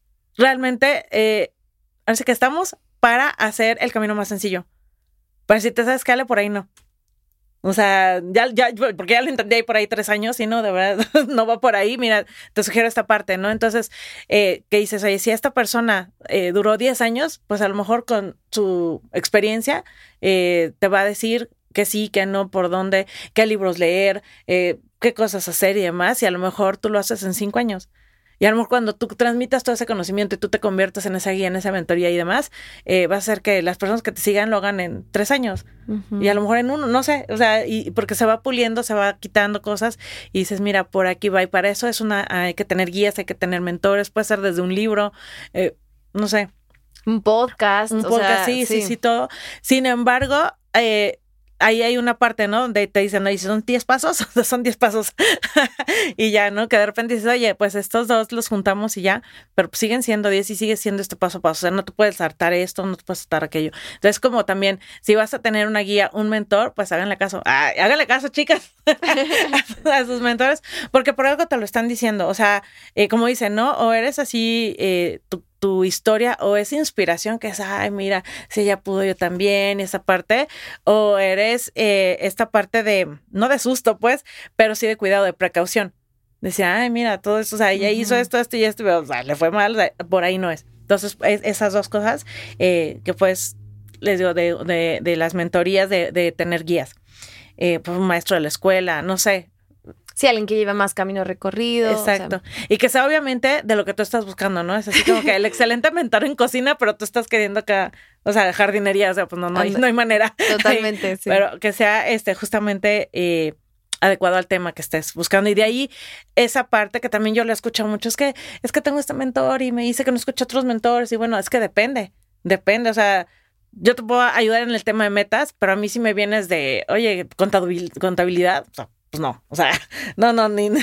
realmente, así que estamos para hacer el camino más sencillo. Pero si te sabes que Ale, por ahí no. O sea, porque ya lo intenté ahí por ahí 3 años y no, de verdad, no va por ahí. Mira, te sugiero esta parte, ¿no? Entonces, ¿qué dices? Oye, si esta persona duró 10 años, pues a lo mejor con su experiencia te va a decir que sí, que no, por dónde, qué libros leer, qué cosas hacer y demás. Y a lo mejor tú lo haces en 5 años. Y a lo mejor cuando tú transmitas todo ese conocimiento y tú te conviertas en esa guía, en esa mentoría y demás, va a hacer que las personas que te sigan lo hagan en 3 años. Y a lo mejor en 1, no sé, o sea, y porque se va puliendo, se va quitando cosas y dices, mira, por aquí va. Y para eso hay que tener guías, hay que tener mentores, puede ser desde un libro, no sé. Un podcast. Un podcast, sí, todo. Sin embargo, ahí hay una parte, ¿no? Donde te dicen, ¿no? ¿Son 10 pasos? Son 10 pasos. Y ya, ¿no? Que de repente dices, oye, pues estos 2 los juntamos y ya, pero pues siguen siendo 10 y sigue siendo este paso a paso. O sea, no te puedes saltar esto, no te puedes saltar aquello. Entonces, como también, si vas a tener una guía, un mentor, pues háganle caso. Háganle caso, chicas, a sus mentores, porque por algo te lo están diciendo. O sea, como dicen, ¿no? O eres así, tu historia o esa inspiración que es, ay, mira, si ella pudo, yo también, y esa parte, o eres esta parte de, no de susto, pues, pero sí de cuidado, de precaución. Decía, ay, mira, todo esto, o sea, ella hizo esto y esto, pero, o sea, le fue mal, o sea, por ahí no es. Entonces, esas 2 cosas que pues, les digo, de las mentorías, de tener guías. Pues un maestro de la escuela, no sé. Sí, alguien que lleva más camino recorrido. Exacto. O sea, y que sea obviamente de lo que tú estás buscando, ¿no? Es así como que el excelente mentor en cocina, pero tú estás queriendo acá, o sea, jardinería, o sea, pues no hay manera. Totalmente, sí. Pero que sea justamente adecuado al tema que estés buscando. Y de ahí esa parte que también yo le escucho mucho, es que tengo este mentor y me dice que no escucho otros mentores. Y bueno, es que depende, o sea, yo te puedo ayudar en el tema de metas, pero a mí si me vienes de, oye, contabilidad, o sea, pues no, o sea, no,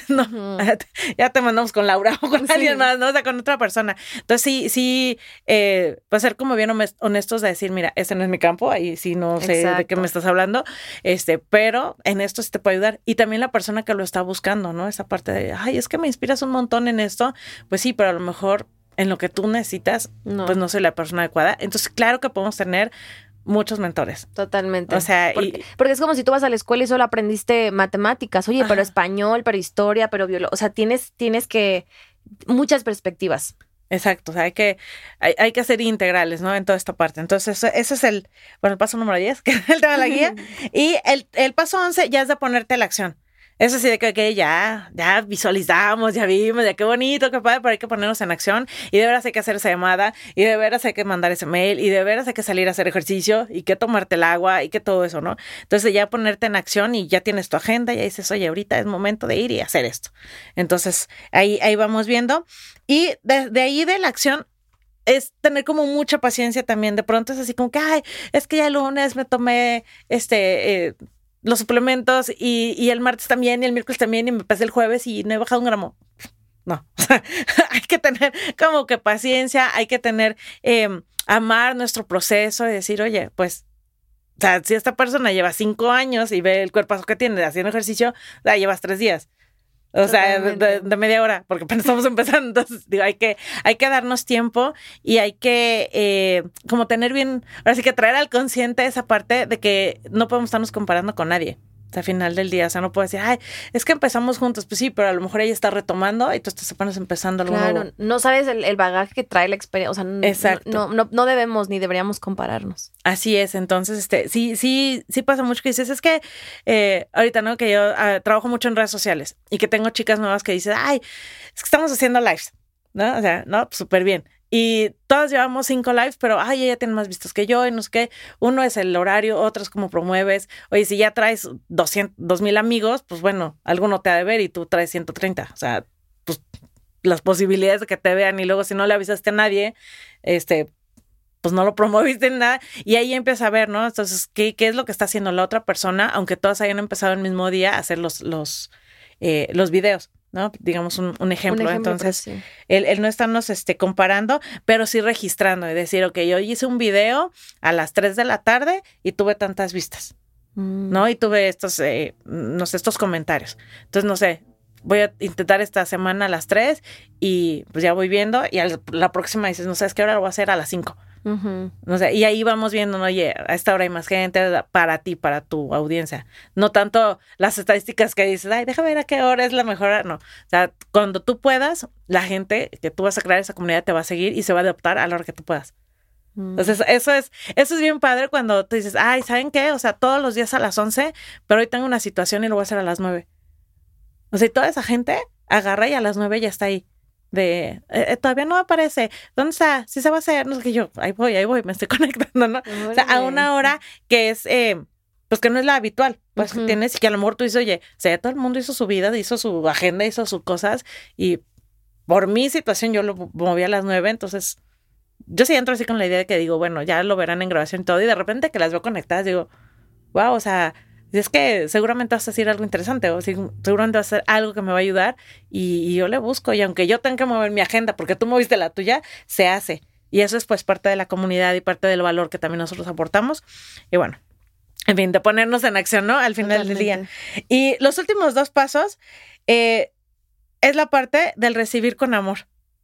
ya te mandamos con Laura o con alguien más, ¿no? O sea, con otra persona. Entonces sí, pues ser como bien honestos de decir, mira, este no es mi campo, ahí sí no sé de qué me estás hablando, pero en esto sí te puedo ayudar. Y también la persona que lo está buscando, ¿no? Esa parte de, ay, es que me inspiras un montón en esto, pues sí, pero a lo mejor en lo que tú necesitas, pues no soy la persona adecuada. Entonces, claro que podemos tener muchos mentores. Totalmente. O sea, porque es como si tú vas a la escuela y solo aprendiste matemáticas. Oye, pero español, pero historia, pero biología. O sea, tienes que muchas perspectivas. Exacto. O sea, hay que ser integrales, ¿no? En toda esta parte. Entonces, ese es el paso número 10, que es el tema de la guía. Y el paso 11 ya es de ponerte a la acción. Eso sí, de que ya visualizamos, ya vimos, ya qué bonito, qué padre, pero hay que ponernos en acción y de veras hay que hacer esa llamada y de veras hay que mandar ese mail y de veras hay que salir a hacer ejercicio y que tomarte el agua y que todo eso, ¿no? Entonces ya ponerte en acción y ya tienes tu agenda y ya dices, oye, ahorita es momento de ir y hacer esto. Entonces ahí vamos viendo y de ahí de la acción es tener como mucha paciencia también. De pronto es así como que, ay, es que ya el lunes me tomé los suplementos y el martes también y el miércoles también y me pasé el jueves y no he bajado 1 gramo. No, hay que tener como que paciencia, hay que tener, amar nuestro proceso y decir, oye, pues, o sea, si esta persona lleva 5 años y ve el cuerpazo que tiene haciendo ejercicio, ya llevas 3 días. O sea, de media hora, porque apenas estamos empezando. Entonces, digo, hay que darnos tiempo y hay que como tener bien, ahora sí que traer al consciente esa parte de que no podemos estarnos comparando con nadie. O sea, al final del día, o sea, no puedo decir, ay, es que empezamos juntos, pues sí, pero a lo mejor ella está retomando y tú estás apenas empezando algo nuevo. Claro, no sabes el bagaje que trae la experiencia, o sea, no debemos ni deberíamos compararnos. Así es, entonces, sí pasa mucho que dices, es que ahorita, ¿no? Que yo trabajo mucho en redes sociales y que tengo chicas nuevas que dicen, ay, es que estamos haciendo lives, ¿no? O sea, no, pues súper bien. Y todas llevamos 5 lives, pero ay, ella tiene más vistas que yo y no sé qué. Uno es el horario, otro es cómo promueves. Oye, si ya traes 2,000 amigos, pues bueno, alguno te ha de ver y tú traes 130. O sea, pues las posibilidades de que te vean y luego si no le avisaste a nadie, pues no lo promoviste en nada. Y ahí empieza a ver, ¿no? Entonces, ¿qué es lo que está haciendo la otra persona? Aunque todas hayan empezado el mismo día a hacer los videos. ¿no? Digamos un ejemplo. Entonces, pues, sí. el no estarnos comparando, pero sí registrando y decir, ok, yo hice un video a las 3 de la tarde y tuve tantas vistas, ¿no? Y tuve estos, no sé, estos comentarios. Entonces, no sé, voy a intentar esta semana a las 3 y pues ya voy viendo y la próxima dices, no sabes qué hora lo voy a hacer a las 5. No sé, y ahí vamos viendo, ¿no? Oye, a esta hora hay más gente para ti, para tu audiencia. No tanto las estadísticas que dices, ay, déjame ver a qué hora es la mejor hora. No, o sea, cuando tú puedas, la gente que tú vas a crear esa comunidad te va a seguir y se va a adaptar a la hora que tú puedas. Entonces, eso es bien padre cuando tú dices, ay, ¿saben qué? O sea, todos los días a las 11, pero hoy tengo una situación y lo voy a hacer a las 9. O sea, y toda esa gente agarra y a las 9 ya está ahí. Todavía no aparece. ¿Dónde está? Sí se va a hacer. No sé qué yo, ahí voy, me estoy conectando, ¿no? O sea, a una hora que es, pues que no es la habitual. Pues que tienes y que a lo mejor tú dices, oye, o sea, todo el mundo hizo su vida, hizo su agenda, hizo sus cosas y por mi situación yo lo moví a las 9, entonces yo sí entro así con la idea de que digo, bueno, ya lo verán en grabación y todo y de repente que las veo conectadas digo, wow, o sea, es que seguramente vas a decir algo interesante o seguramente vas a hacer algo que me va a ayudar y yo le busco y aunque yo tenga que mover mi agenda porque tú moviste la tuya, se hace. Y eso es pues parte de la comunidad y parte del valor que también nosotros aportamos. Y bueno, en fin, de ponernos en acción, ¿no? Al final del día. Y los últimos 2 pasos es la parte del recibir con amor.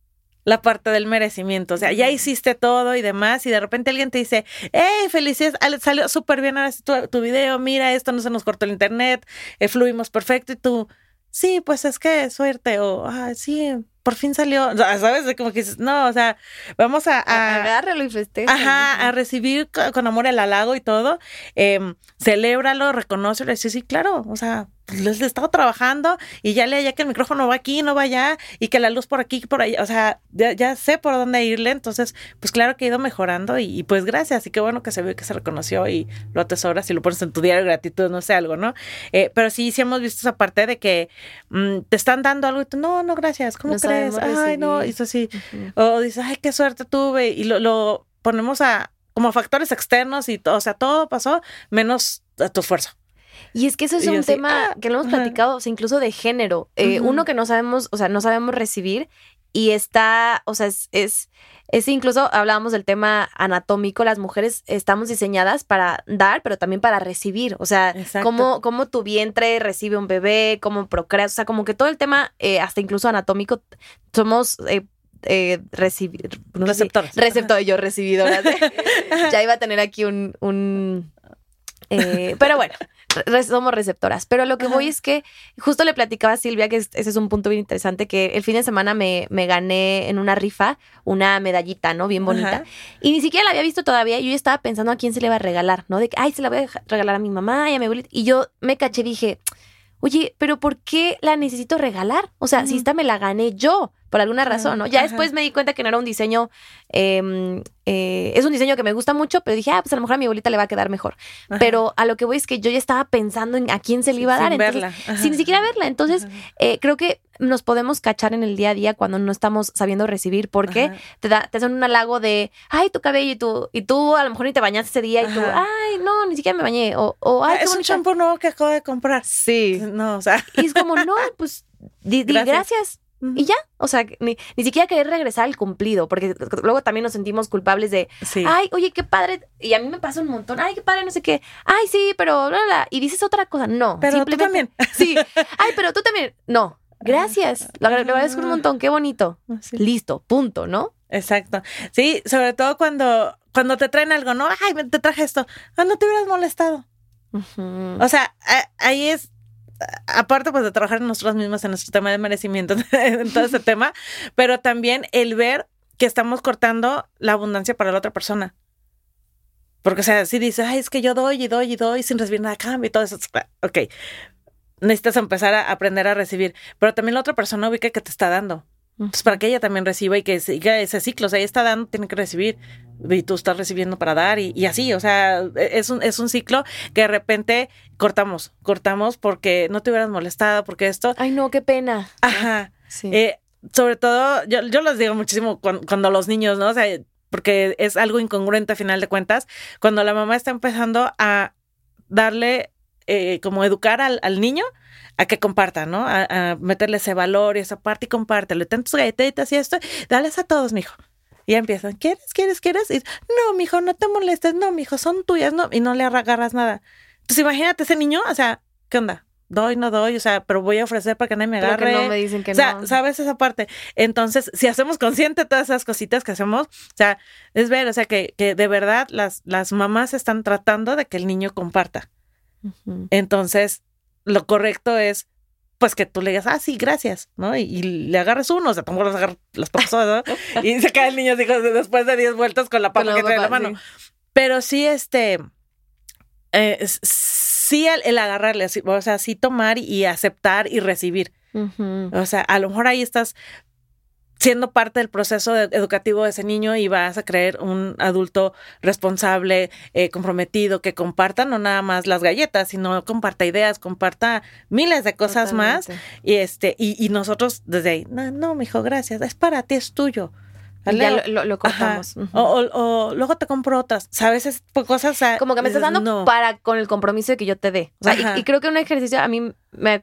La parte del merecimiento, o sea, ya hiciste todo y demás y de repente alguien te dice, hey, felicidades, salió súper bien ahora tu video, mira esto, no se nos cortó el internet, fluimos perfecto y tú, sí, pues es que suerte o, sí, por fin salió, o sea, ¿sabes? Como que dices, no, o sea, vamos agárralo y festeja. Ajá, a recibir con amor el halago y todo, celébralo, reconócelo, y sí, claro, o sea, les he estado trabajando y ya que el micrófono va aquí, no va allá, y que la luz por aquí, por allá, o sea, ya sé por dónde irle, entonces, pues claro que he ido mejorando y pues gracias, y qué bueno que se vio y que se reconoció y lo atesoras y lo pones en tu diario de gratitud, no sé, algo, ¿no? Pero sí hemos visto esa parte de que te están dando algo y tú, no, gracias, ¿cómo crees? Ay, no, y eso sí, o dices, ay, qué suerte tuve, y lo ponemos como factores externos y todo, o sea, todo pasó menos a tu esfuerzo. Y es que eso es un tema que lo hemos platicado, o sea, incluso de género. Uno que no sabemos, o sea, no sabemos recibir y está, o sea, es incluso hablábamos del tema anatómico, las mujeres estamos diseñadas para dar, pero también para recibir, o sea, cómo tu vientre recibe un bebé, cómo procreas, o sea, como que todo el tema, hasta incluso anatómico, somos... receptores, yo recibidoras. Ya iba a tener aquí pero bueno, somos receptoras. Pero lo que voy es que justo le platicaba a Silvia que ese es un punto bien interesante, que el fin de semana me gané en una rifa una medallita, ¿no? Bien bonita. Y ni siquiera la había visto todavía. Yo ya estaba pensando a quién se le iba a regalar, ¿no? De que, ay, se la voy a regalar a mi mamá y a mi abuelita. Y yo me caché y dije, oye, pero ¿por qué la necesito regalar? O sea, si esta me la gané yo, por alguna razón, ¿no? Ya después me di cuenta que no era un diseño, es un diseño que me gusta mucho, pero dije, pues a lo mejor a mi abuelita le va a quedar mejor. Pero a lo que voy es que yo ya estaba pensando en a quién se le iba a dar. Sin ni siquiera verla. Entonces, creo que nos podemos cachar en el día a día cuando no estamos sabiendo recibir, porque te hacen un halago de, ay, tu cabello, y tú a lo mejor ni te bañaste ese día, y tú, ay, no, ni siquiera me bañé, ay, es un shampoo nuevo que acabo de comprar. Sí. No, o sea. Y es como, no, pues, gracias. Y ya, o sea, ni siquiera querer regresar al cumplido, porque luego también nos sentimos culpables de, ay, oye, qué padre, y a mí me pasa un montón, ay, qué padre, no sé qué, ay, sí, pero bla, bla, y dices otra cosa, no. Pero tú también. Sí, ay, pero tú también, no, gracias, lo agradezco un montón, qué bonito, listo, punto, ¿no? Exacto, sí, sobre todo cuando te traen algo, ¿no? Ay, te traje esto, no te hubieras molestado. O sea, ahí es, aparte pues de trabajar en nosotros mismos en nuestro tema de merecimiento, en todo ese tema, pero también el ver que estamos cortando la abundancia para la otra persona. Porque, o sea, si dices, ay, es que yo doy sin recibir nada a cambio y todo eso, ok, necesitas empezar a aprender a recibir, pero también la otra persona ubica que te está dando. Pues para que ella también reciba y que siga ese ciclo, o sea, ella está dando, tiene que recibir y tú estás recibiendo para dar y así, o sea, es un ciclo que de repente cortamos porque no te hubieras molestado, porque esto... Ay, no, qué pena. Ajá. Sí. Sobre todo, yo los digo muchísimo cuando los niños, ¿no? O sea, porque es algo incongruente a final de cuentas, cuando la mamá está empezando a darle como educar al niño a que comparta, ¿no? A meterle ese valor y esa parte y compártelo. Ten tus galletitas y esto, dales a todos, mijo. Y ya empiezan, ¿quieres? Y, no, mijo, no te molestes, no, mijo, son tuyas, no, y no le agarras nada. Entonces imagínate ese niño, o sea, ¿qué onda? Doy, no doy, o sea, pero voy a ofrecer para que nadie me agarre. Pero que no me dicen que o sea, no. ¿sabes esa parte? Entonces, si hacemos consciente de todas esas cositas que hacemos, o sea, es ver, o sea, que de verdad las mamás están tratando de que el niño comparta. Uh-huh. Entonces, lo correcto es, pues, que tú le digas, sí, gracias, ¿no? Y le agarres uno, o sea, tampoco los agarras las papas, ¿no? Y se cae el niño así, después de 10 vueltas con la papa que trae en la mano. Sí. Pero sí, sí el agarrarle, o sea, sí tomar y aceptar y recibir. Uh-huh. O sea, a lo mejor ahí estás siendo parte del proceso educativo de ese niño y vas a creer un adulto responsable, comprometido, que comparta no nada más las galletas, sino comparta ideas, comparta miles de cosas Totalmente. más. Y nosotros desde ahí, no, mijo, gracias, es para ti, es tuyo. Y ya lo cortamos. Uh-huh. O luego te compro otras, ¿sabes? Es cosas... O sea, como que me estás dando para con el compromiso de que yo te dé. O sea, y creo que un ejercicio a mí,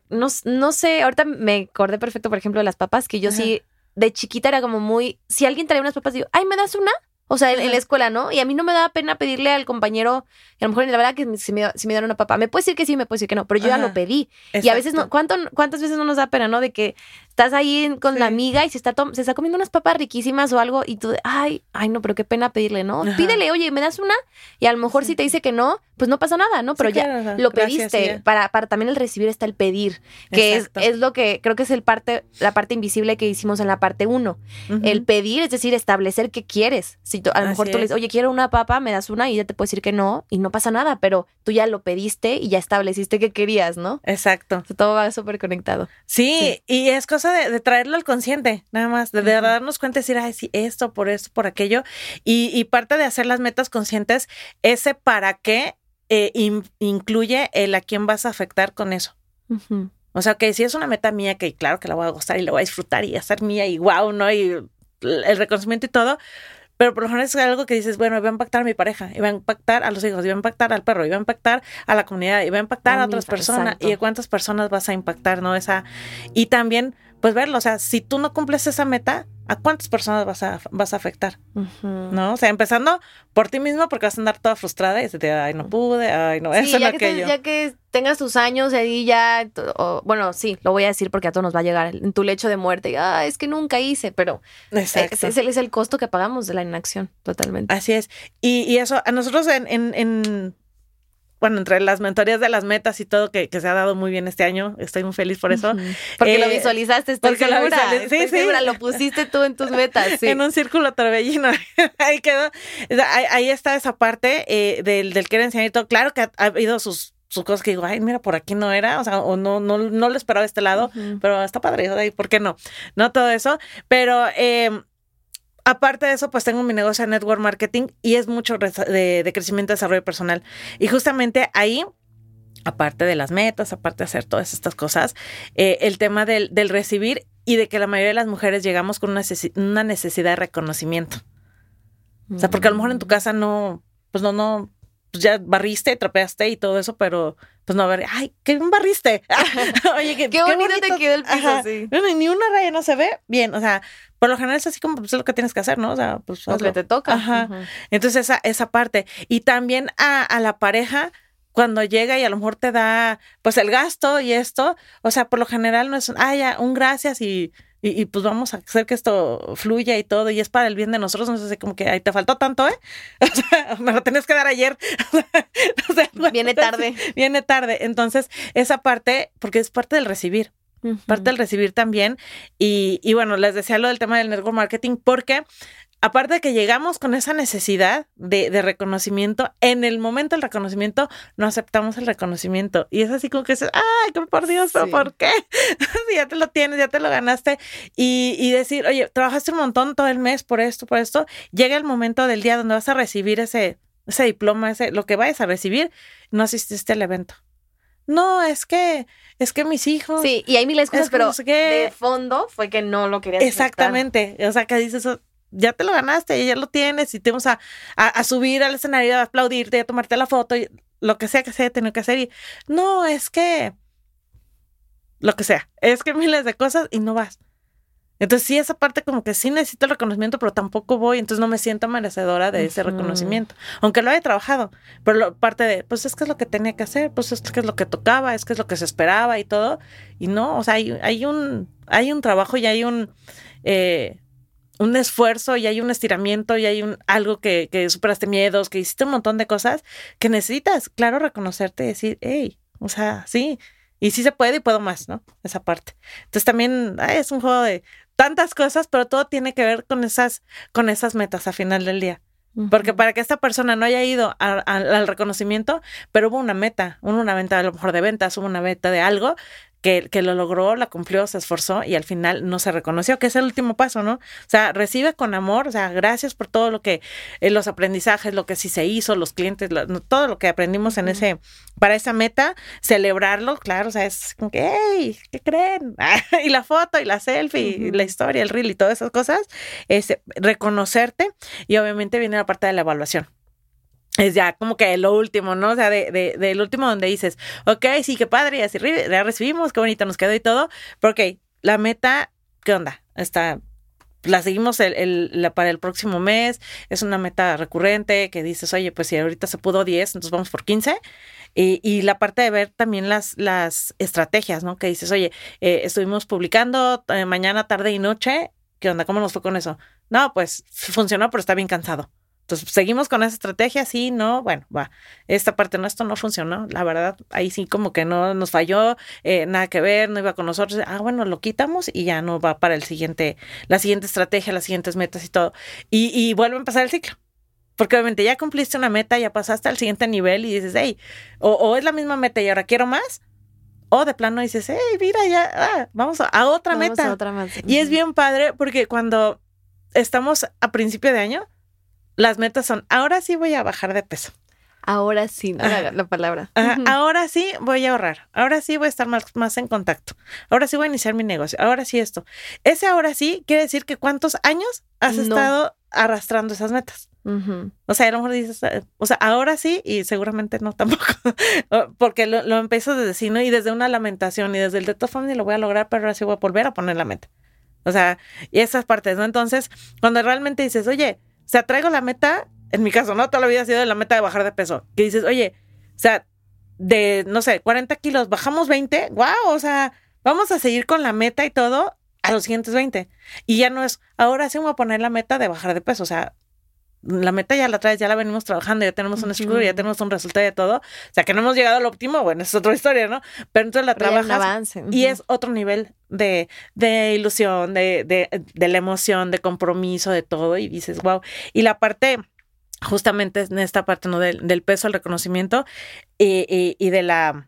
no sé, ahorita me acordé perfecto, por ejemplo, de las papas, que yo sí, de chiquita era como muy... Si alguien traía unas papas, digo, ay, ¿me das una? O sea, en la escuela, ¿no? Y a mí no me daba pena pedirle al compañero, y a lo mejor la verdad que si me dieron una papa, me puede decir que sí, me puede decir que no, pero yo ya lo pedí. Exacto. Y a veces, ¿cuántas veces no nos da pena, no? De que estás ahí con la amiga y se está comiendo unas papas riquísimas o algo y tú, ay, no, pero qué pena pedirle, ¿no? Pídele, oye, ¿me das una? Y a lo mejor si te dice que no, pues no pasa nada, ¿no? Pero ya claro, lo pediste. Gracias, para también el recibir está el pedir, que es lo que creo que es la parte invisible que hicimos en la parte 1. Uh-huh. El pedir, es decir, establecer qué quieres. Si a lo mejor tú le dices, oye, quiero una papa, me das una, y ella te puede decir que no, y no pasa nada, pero tú ya lo pediste y ya estableciste qué querías, ¿no? Exacto. O sea, todo va súper conectado. Sí, y es cosa de traerlo al consciente, nada más, de darnos cuenta y decir, ay, sí, esto, por aquello, y parte de hacer las metas conscientes, ese para qué incluye el a quién vas a afectar con eso. Uh-huh. O sea, que si es una meta mía, que claro que la voy a gustar y la voy a disfrutar y hacer mía y wow, ¿no? Y el reconocimiento y todo, pero por lo general es algo que dices, bueno, iba a impactar a mi pareja, iba a impactar a los hijos, iba a impactar al perro, iba a impactar a la comunidad, iba a impactar a otras personas. Exacto. ¿Y a cuántas personas vas a impactar, no? Y también, pues verlo, o sea, si tú no cumples esa meta, ¿a cuántas personas vas a afectar? Uh-huh. ¿No? O sea, empezando por ti mismo, porque vas a andar toda frustrada y decirte, ay, no pude, ay, no, eso, no aquello. Ya que tengas tus años ahí ya, bueno, sí, lo voy a decir porque a todos nos va a llegar en tu lecho de muerte. Es que nunca hice, pero ese es el costo que pagamos de la inacción, totalmente. Así es. Y eso, a nosotros bueno, entre las mentorías de las metas y todo que se ha dado muy bien este año, estoy muy feliz por eso. Uh-huh. Porque lo visualizaste, estoy segura, lo pusiste tú en tus metas. Sí. En un círculo torbellino, ahí quedó. Ahí está esa parte del querer enseñar y todo. Claro que ha habido sus cosas que digo, ay, mira, por aquí no era, o sea, o no lo esperaba de este lado, uh-huh. Pero está padre, o sea, ¿por qué no? No todo eso, pero... aparte de eso, pues tengo mi negocio de network marketing y es mucho de crecimiento y desarrollo personal. Y justamente ahí, aparte de las metas, aparte de hacer todas estas cosas, el tema del recibir y de que la mayoría de las mujeres llegamos con una necesidad de reconocimiento. O sea, porque a lo mejor en tu casa pues ya barriste, trapeaste y todo eso, pero pues no, a ver, ay, qué bien barriste. Oye, qué bonito te quedó el piso, sí. Bueno, y ni una raya no se ve bien, o sea, por lo general es así como pues, es lo que tienes que hacer, ¿no? O sea, pues lo que te toca. Ajá. Uh-huh. Entonces esa parte. Y también a la pareja, cuando llega y a lo mejor te da pues el gasto y esto, o sea, por lo general no es ya, un gracias y pues vamos a hacer que esto fluya y todo, y es para el bien de nosotros, no sé, como que ay, te faltó tanto, o sea, me lo tenías que dar ayer. O sea, viene tarde. Viene tarde, entonces esa parte, porque es parte del recibir. Uh-huh. Parte del recibir también, y bueno, les decía lo del tema del network marketing, porque aparte de que llegamos con esa necesidad de reconocimiento, en el momento del reconocimiento no aceptamos el reconocimiento. Y es así como que dices, ay, por Dios, ¿pero por qué? Si ya te lo tienes, ya te lo ganaste. Y decir, oye, trabajaste un montón todo el mes por esto. Llega el momento del día donde vas a recibir ese diploma, lo que vayas a recibir, no asististe al evento. No, es que mis hijos... Sí, y hay miles de cosas, pero no sé de fondo fue que no lo querías exactamente, aceptar. O sea, que dices... ya te lo ganaste, ya lo tienes y te vamos a subir al escenario, a aplaudirte, a tomarte la foto. lo que sea que se haya tenido que hacer y no, es que lo que sea, es que miles de cosas y no vas. Entonces sí, esa parte como que sí necesito el reconocimiento, pero tampoco voy, entonces no me siento merecedora de ese reconocimiento, aunque lo haya trabajado, pero parte de, pues es que es lo que tenía que hacer, pues es que es lo que tocaba, es que es lo que se esperaba y todo, y no, o sea, hay un trabajo y hay un esfuerzo y hay un estiramiento y hay algo que superaste miedos, que hiciste un montón de cosas que necesitas, claro, reconocerte y decir, hey, o sea, sí, y sí se puede y puedo más, ¿no? Esa parte. Entonces también es un juego de tantas cosas, pero todo tiene que ver con esas metas a final del día. Porque para que esta persona no haya ido al reconocimiento, pero hubo una meta a lo mejor de ventas, hubo una meta de algo que lo logró, la cumplió, se esforzó y al final no se reconoció, que es el último paso, ¿no? O sea, recibe con amor, o sea, gracias por todo lo que, los aprendizajes, lo que sí se hizo, los clientes, todo lo que aprendimos en para esa meta, celebrarlo, claro, o sea, es como que, hey, ¿qué creen? Y la foto, y la selfie, y la historia, el reel y todas esas cosas, reconocerte y obviamente viene la parte de la evaluación. Es ya como que lo último, ¿no? O sea, del último donde dices, ok, sí, qué padre, ya recibimos, qué bonito nos quedó y todo, pero ok, la meta, ¿qué onda? La seguimos para el próximo mes, es una meta recurrente que dices, oye, pues si ahorita se pudo 10, entonces vamos por 15, y la parte de ver también las estrategias, ¿no? Que dices, oye, estuvimos publicando mañana, tarde y noche, ¿qué onda? ¿Cómo nos fue con eso? No, pues funcionó, pero está bien cansado. Entonces, seguimos con esa estrategia, sí, no, bueno, va. Esta parte no, esto no funcionó, la verdad, ahí sí como que no nos falló, nada que ver, no iba con nosotros. Bueno, lo quitamos y ya no va para la siguiente estrategia, las siguientes metas y todo. Y vuelve a empezar el ciclo. Porque obviamente ya cumpliste una meta, ya pasaste al siguiente nivel y dices, hey, o es la misma meta y ahora quiero más, o de plano dices, hey, mira, ya, vamos a otra meta. A otra más. Y es bien padre porque cuando estamos a principio de año, las metas son, ahora sí voy a bajar de peso. Ahora sí, ¿no? La palabra. Ahora sí voy a ahorrar. Ahora sí voy a estar más en contacto. Ahora sí voy a iniciar mi negocio. Ahora sí esto. Ese ahora sí quiere decir que ¿cuántos años has estado arrastrando esas metas? O sea, a lo mejor dices, o sea, ahora sí y seguramente no tampoco. Porque lo empiezas desde sí, ¿no? Y desde una lamentación y desde el de todas formas lo voy a lograr, pero ahora sí voy a volver a poner la meta. O sea, y esas partes, ¿no? Entonces, cuando realmente dices, oye, o sea, traigo la meta, en mi caso, ¿no? Toda la vida ha sido la meta de bajar de peso. Que dices, oye, o sea, de, no sé, 40 kilos, bajamos 20, ¡guau! O sea, vamos a seguir con la meta y todo a los siguientes 20. Y ya no es, ahora sí me voy a poner la meta de bajar de peso. O sea, la meta ya la traes, ya la venimos trabajando, ya tenemos una estructura, ya tenemos un resultado de todo. O sea, que no hemos llegado al óptimo, bueno, es otra historia, ¿no? Pero entonces la trabajas avance. Y es otro nivel de ilusión, de la emoción, de compromiso, de todo. Y dices, wow. Y la parte, justamente en esta parte, ¿no? Del peso, el reconocimiento y de la,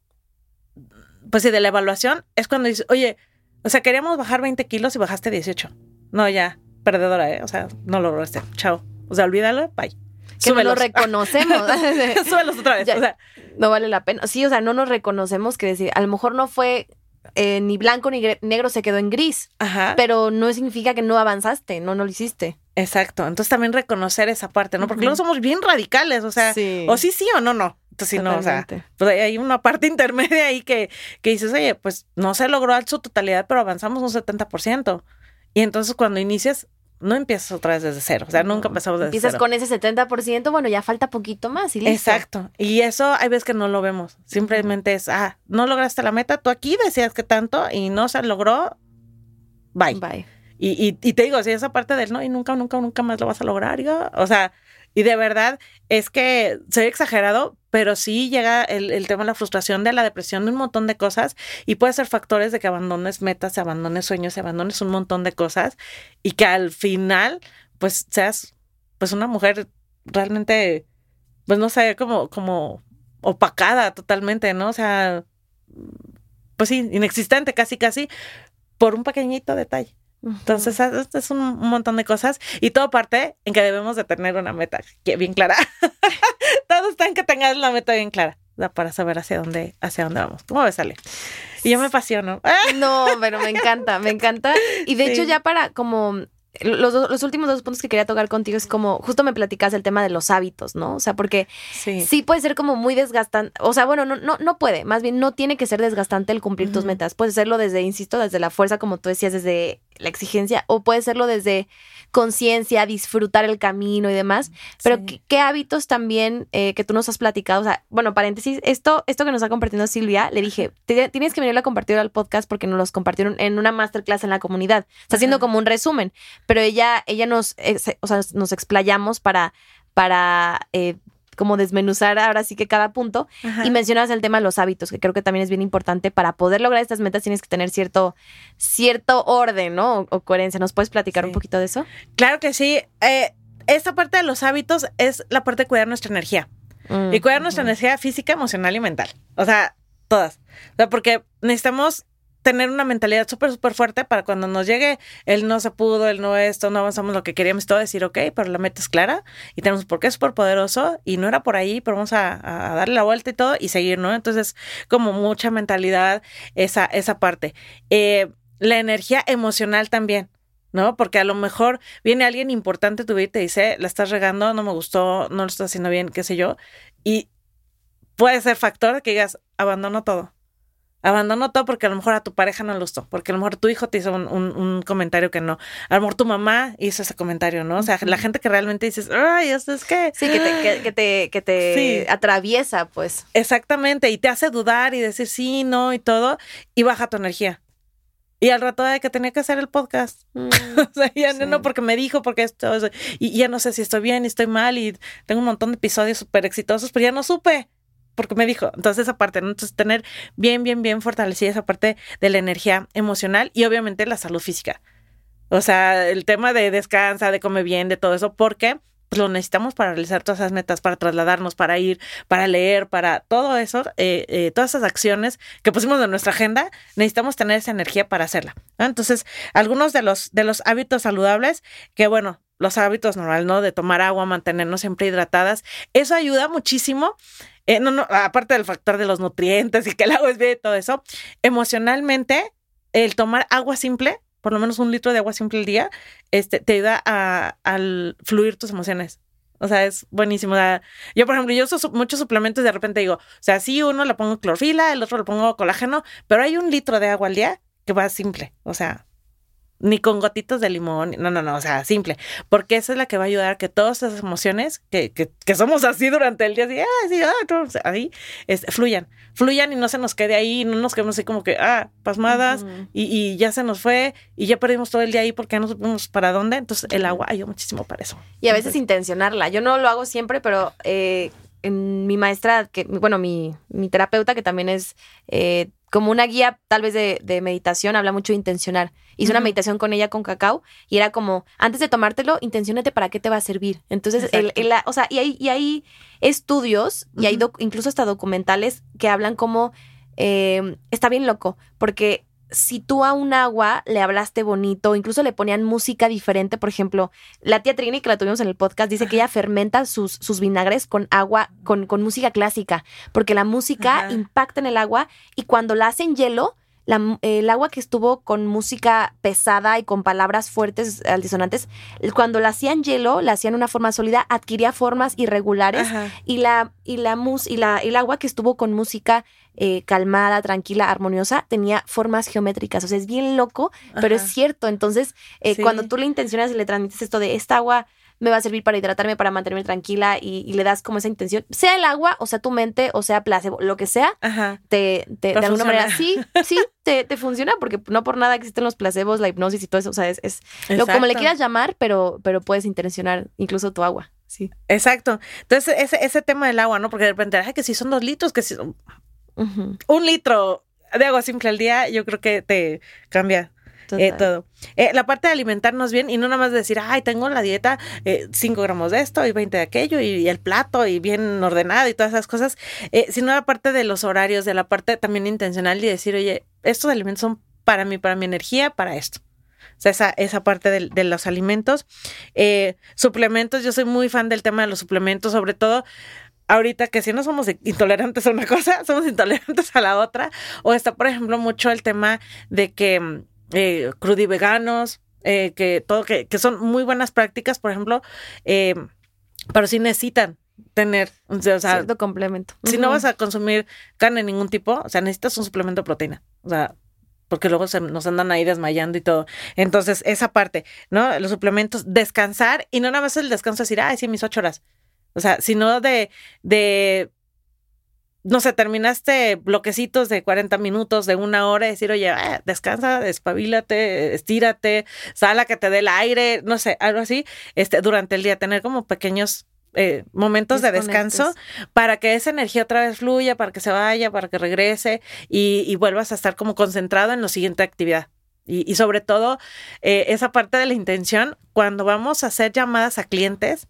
pues sí, de la evaluación, es cuando dices, oye, o sea, queríamos bajar 20 kilos y bajaste 18. No, ya, perdedora, O sea, no lo lograste. Chao. O sea, olvídalo, bye. Que no lo reconocemos. Súbelos otra vez. Ya, o sea, no vale la pena. Sí, o sea, no nos reconocemos, que decir, a lo mejor no fue ni blanco ni negro, se quedó en gris. Ajá. Pero no significa que no avanzaste, no lo hiciste. Exacto. Entonces también reconocer esa parte, ¿no? Porque luego somos bien radicales, o sea, sí. O sí o no. Entonces, sí, no, o sea, pues hay una parte intermedia ahí que dices, oye, pues no se logró a su totalidad, pero avanzamos un 70%. Y entonces cuando inicias, no empiezas otra vez desde cero. O sea, nunca empezamos desde empiezas cero. Empiezas con ese 70%, bueno, ya falta poquito más y listo. Exacto. Y eso hay veces que no lo vemos. Simplemente es, no lograste la meta, tú aquí decías que tanto y no se logró, bye. Y te digo, si esa parte del no, y nunca más lo vas a lograr, o sea, y de verdad es que soy exagerado, pero sí llega el tema de la frustración, de la depresión, de un montón de cosas, y puede ser factores de que abandones metas, abandones sueños, abandones un montón de cosas, y que al final, pues, seas, pues, una mujer realmente, pues, no sé, como opacada totalmente, ¿no? O sea, pues sí, inexistente casi, por un pequeñito detalle. Entonces, es un montón de cosas y todo parte en que debemos de tener una meta bien clara. Todo está en que tengas la meta bien clara para saber hacia dónde vamos. ¿Cómo ves, Ale? Y yo me apasiono. No, pero me encanta. Y de hecho ya para como los últimos 2 puntos que quería tocar contigo es como, justo me platicas el tema de los hábitos, ¿no? O sea, porque sí puede ser como muy desgastante, o sea, bueno, no puede, más bien no tiene que ser desgastante el cumplir tus metas. Puede serlo desde, insisto, desde la fuerza, como tú decías, desde la exigencia, o puede serlo desde conciencia, disfrutar el camino y demás. Pero ¿qué hábitos también que tú nos has platicado? O sea, bueno, paréntesis, esto que nos ha compartido Silvia, le dije, tienes que venirlo a compartir al podcast porque nos los compartieron en una masterclass en la comunidad. Está haciendo como un resumen, pero ella nos explayamos para como desmenuzar ahora sí que cada punto. Y mencionas el tema de los hábitos, que creo que también es bien importante. Para poder lograr estas metas tienes que tener cierto orden, ¿no? O coherencia. ¿Nos puedes platicar un poquito de eso? Claro que sí. Esta parte de los hábitos es la parte de cuidar nuestra energía. Y cuidar nuestra energía física, emocional y mental. O sea, todas. O sea, porque necesitamos tener una mentalidad súper, súper fuerte para cuando nos llegue el no se pudo, el no esto, no avanzamos lo que queríamos, todo decir, ok, pero la meta es clara y tenemos por qué es súper poderoso y no era por ahí, pero vamos a darle la vuelta y todo y seguir, ¿no? Entonces, como mucha mentalidad esa parte. La energía emocional también, ¿no? Porque a lo mejor viene alguien importante a tu vida y te dice, la estás regando, no me gustó, no lo estás haciendo bien, qué sé yo, y puede ser factor que digas, abandono todo porque a lo mejor a tu pareja no le gustó, porque a lo mejor tu hijo te hizo un comentario que no, a lo mejor tu mamá hizo ese comentario, ¿no? O sea, la gente que realmente dices, ay, eso es que... Sí, que te atraviesa, pues. Exactamente, y te hace dudar y decir sí, no y todo, y baja tu energía. Y al rato de que tenía que hacer el podcast. O sea, ya no, porque me dijo, porque esto, y ya no sé si estoy bien y estoy mal, y tengo un montón de episodios súper exitosos, pero ya no supe. Porque me dijo, entonces esa parte, ¿no? Entonces tener bien fortalecida esa parte de la energía emocional y obviamente la salud física. O sea, el tema de descansa, de come bien, de todo eso, porque pues lo necesitamos para realizar todas esas metas, para trasladarnos, para ir, para leer, para todo eso, todas esas acciones que pusimos en nuestra agenda, necesitamos tener esa energía para hacerla, ¿no? Entonces, algunos de los hábitos saludables, que bueno, los hábitos normales, ¿no? De tomar agua, mantenernos siempre hidratadas, eso ayuda muchísimo. Aparte del factor de los nutrientes y que el agua es bien y todo eso, emocionalmente, el tomar agua simple, por lo menos 1 litro de agua simple al día, te ayuda al fluir tus emociones. O sea, es buenísimo. O sea, yo, por ejemplo, yo uso muchos suplementos y de repente digo, o sea, sí, uno le pongo clorofila, el otro le pongo colágeno, pero hay 1 litro de agua al día que va simple. O sea, ni con gotitos de limón, no, o sea, simple, porque esa es la que va a ayudar a que todas esas emociones que somos así durante el día, así, fluyan y no se nos quede ahí, no nos quedemos así como que, pasmadas, y ya se nos fue, y ya perdimos todo el día ahí porque ya no supimos para dónde, entonces el agua ayuda muchísimo para eso. Y a veces intencionarla, yo no lo hago siempre, pero en mi maestra, mi terapeuta, que también es como una guía tal vez de meditación, habla mucho de intencionar. Hice una meditación con ella con cacao y era como, antes de tomártelo, intenciónate para qué te va a servir. Entonces, y hay estudios y hay incluso hasta documentales que hablan como, está bien loco, porque si tú a un agua le hablaste bonito, incluso le ponían música diferente, por ejemplo, la tía Trini, que la tuvimos en el podcast, dice que ella fermenta sus vinagres con agua, con música clásica, porque la música impacta en el agua y cuando la hacen hielo, el agua que estuvo con música pesada y con palabras fuertes, altisonantes, cuando la hacían hielo, la hacían de una forma sólida, adquiría formas irregulares y el agua que estuvo con música calmada, tranquila, armoniosa, tenía formas geométricas. O sea, es bien loco, pero es cierto. Entonces, cuando tú le intencionas y le transmites esto de esta agua me va a servir para hidratarme, para mantenerme tranquila y le das como esa intención, sea el agua, o sea tu mente, o sea placebo, lo que sea, de alguna manera sí te funciona, porque no por nada existen los placebos, la hipnosis y todo eso, o sea, es lo como le quieras llamar, pero puedes intencionar incluso tu agua. Sí. Exacto. Entonces, ese tema del agua, ¿no? Porque de repente, que si son 2 litros, que si son 1 litro de agua simple al día, yo creo que te cambia todo. La parte de alimentarnos bien y no nada más decir, tengo la dieta, 5 gramos de esto y 20 de aquello y el plato y bien ordenado y todas esas cosas, sino la parte de los horarios, de la parte también intencional y decir, oye, estos alimentos son para mi energía, para esto. O sea, esa parte de los alimentos. Suplementos, yo soy muy fan del tema de los suplementos, sobre todo ahorita que si no somos intolerantes a una cosa, somos intolerantes a la otra. O está, por ejemplo, mucho el tema de que crudiveganos, que son muy buenas prácticas, por ejemplo, pero sí necesitan tener, o sea, cierto complemento. Si no vas a consumir carne de ningún tipo, o sea, necesitas un suplemento de proteína, o sea, porque luego nos andan ahí desmayando y todo. Entonces, esa parte, ¿no? Los suplementos, descansar, y no nada más el descanso decir, sí, mis 8 horas. O sea, sino no sé, terminaste bloquecitos de 40 minutos, de 1 hora, y decir, oye, descansa, despabilate, estírate, sal a que te dé el aire, no sé, algo así, durante el día, tener como pequeños momentos de descanso para que esa energía otra vez fluya, para que se vaya, para que regrese y vuelvas a estar como concentrado en la siguiente actividad. Y sobre todo, esa parte de la intención, cuando vamos a hacer llamadas a clientes,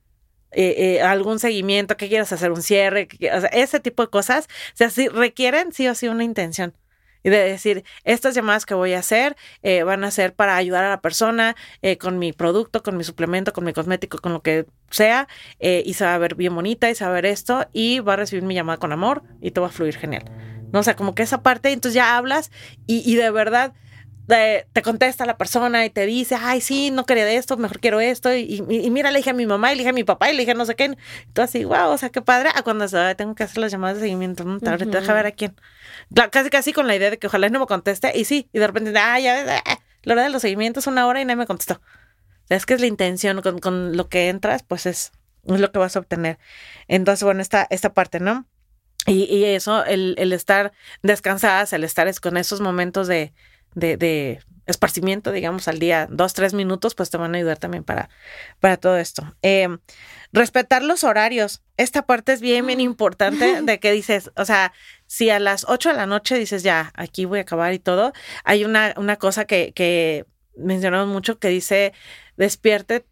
algún seguimiento, que quieras hacer un cierre, o sea, ese tipo de cosas, o sea, sí requieren sí o sí una intención. Y de decir, estas llamadas que voy a hacer van a ser para ayudar a la persona con mi producto, con mi suplemento, con mi cosmético, con lo que sea, y se va a ver bien bonita y se va a ver esto y va a recibir mi llamada con amor y todo va a fluir genial. ¿No? O sea, como que esa parte, entonces ya hablas y de verdad te contesta la persona y te dice, ay, sí, no quería de esto, mejor quiero esto. Y mira, le dije a mi mamá, y le dije a mi papá, y le dije no sé qué. Y tú así, wow, o sea, qué padre. Cuando tengo que hacer las llamadas de seguimiento, ¿no? Ahorita deja ver a quién. Casi con la idea de que ojalá no me conteste. Y sí, y de repente, ya ves, la hora de los seguimientos, 1 hora y nadie me contestó. O sea, es que es la intención, con lo que entras, pues es lo que vas a obtener. Entonces, bueno, esta parte, ¿no? Y eso, el estar descansadas, el estar con esos momentos de esparcimiento, digamos, al día, 2-3 minutos, pues te van a ayudar también para todo esto. Respetar los horarios. Esta parte es bien importante de que dices, o sea, si a las 8 de la noche dices, ya, aquí voy a acabar y todo, hay una cosa que mencionamos mucho que dice, despídete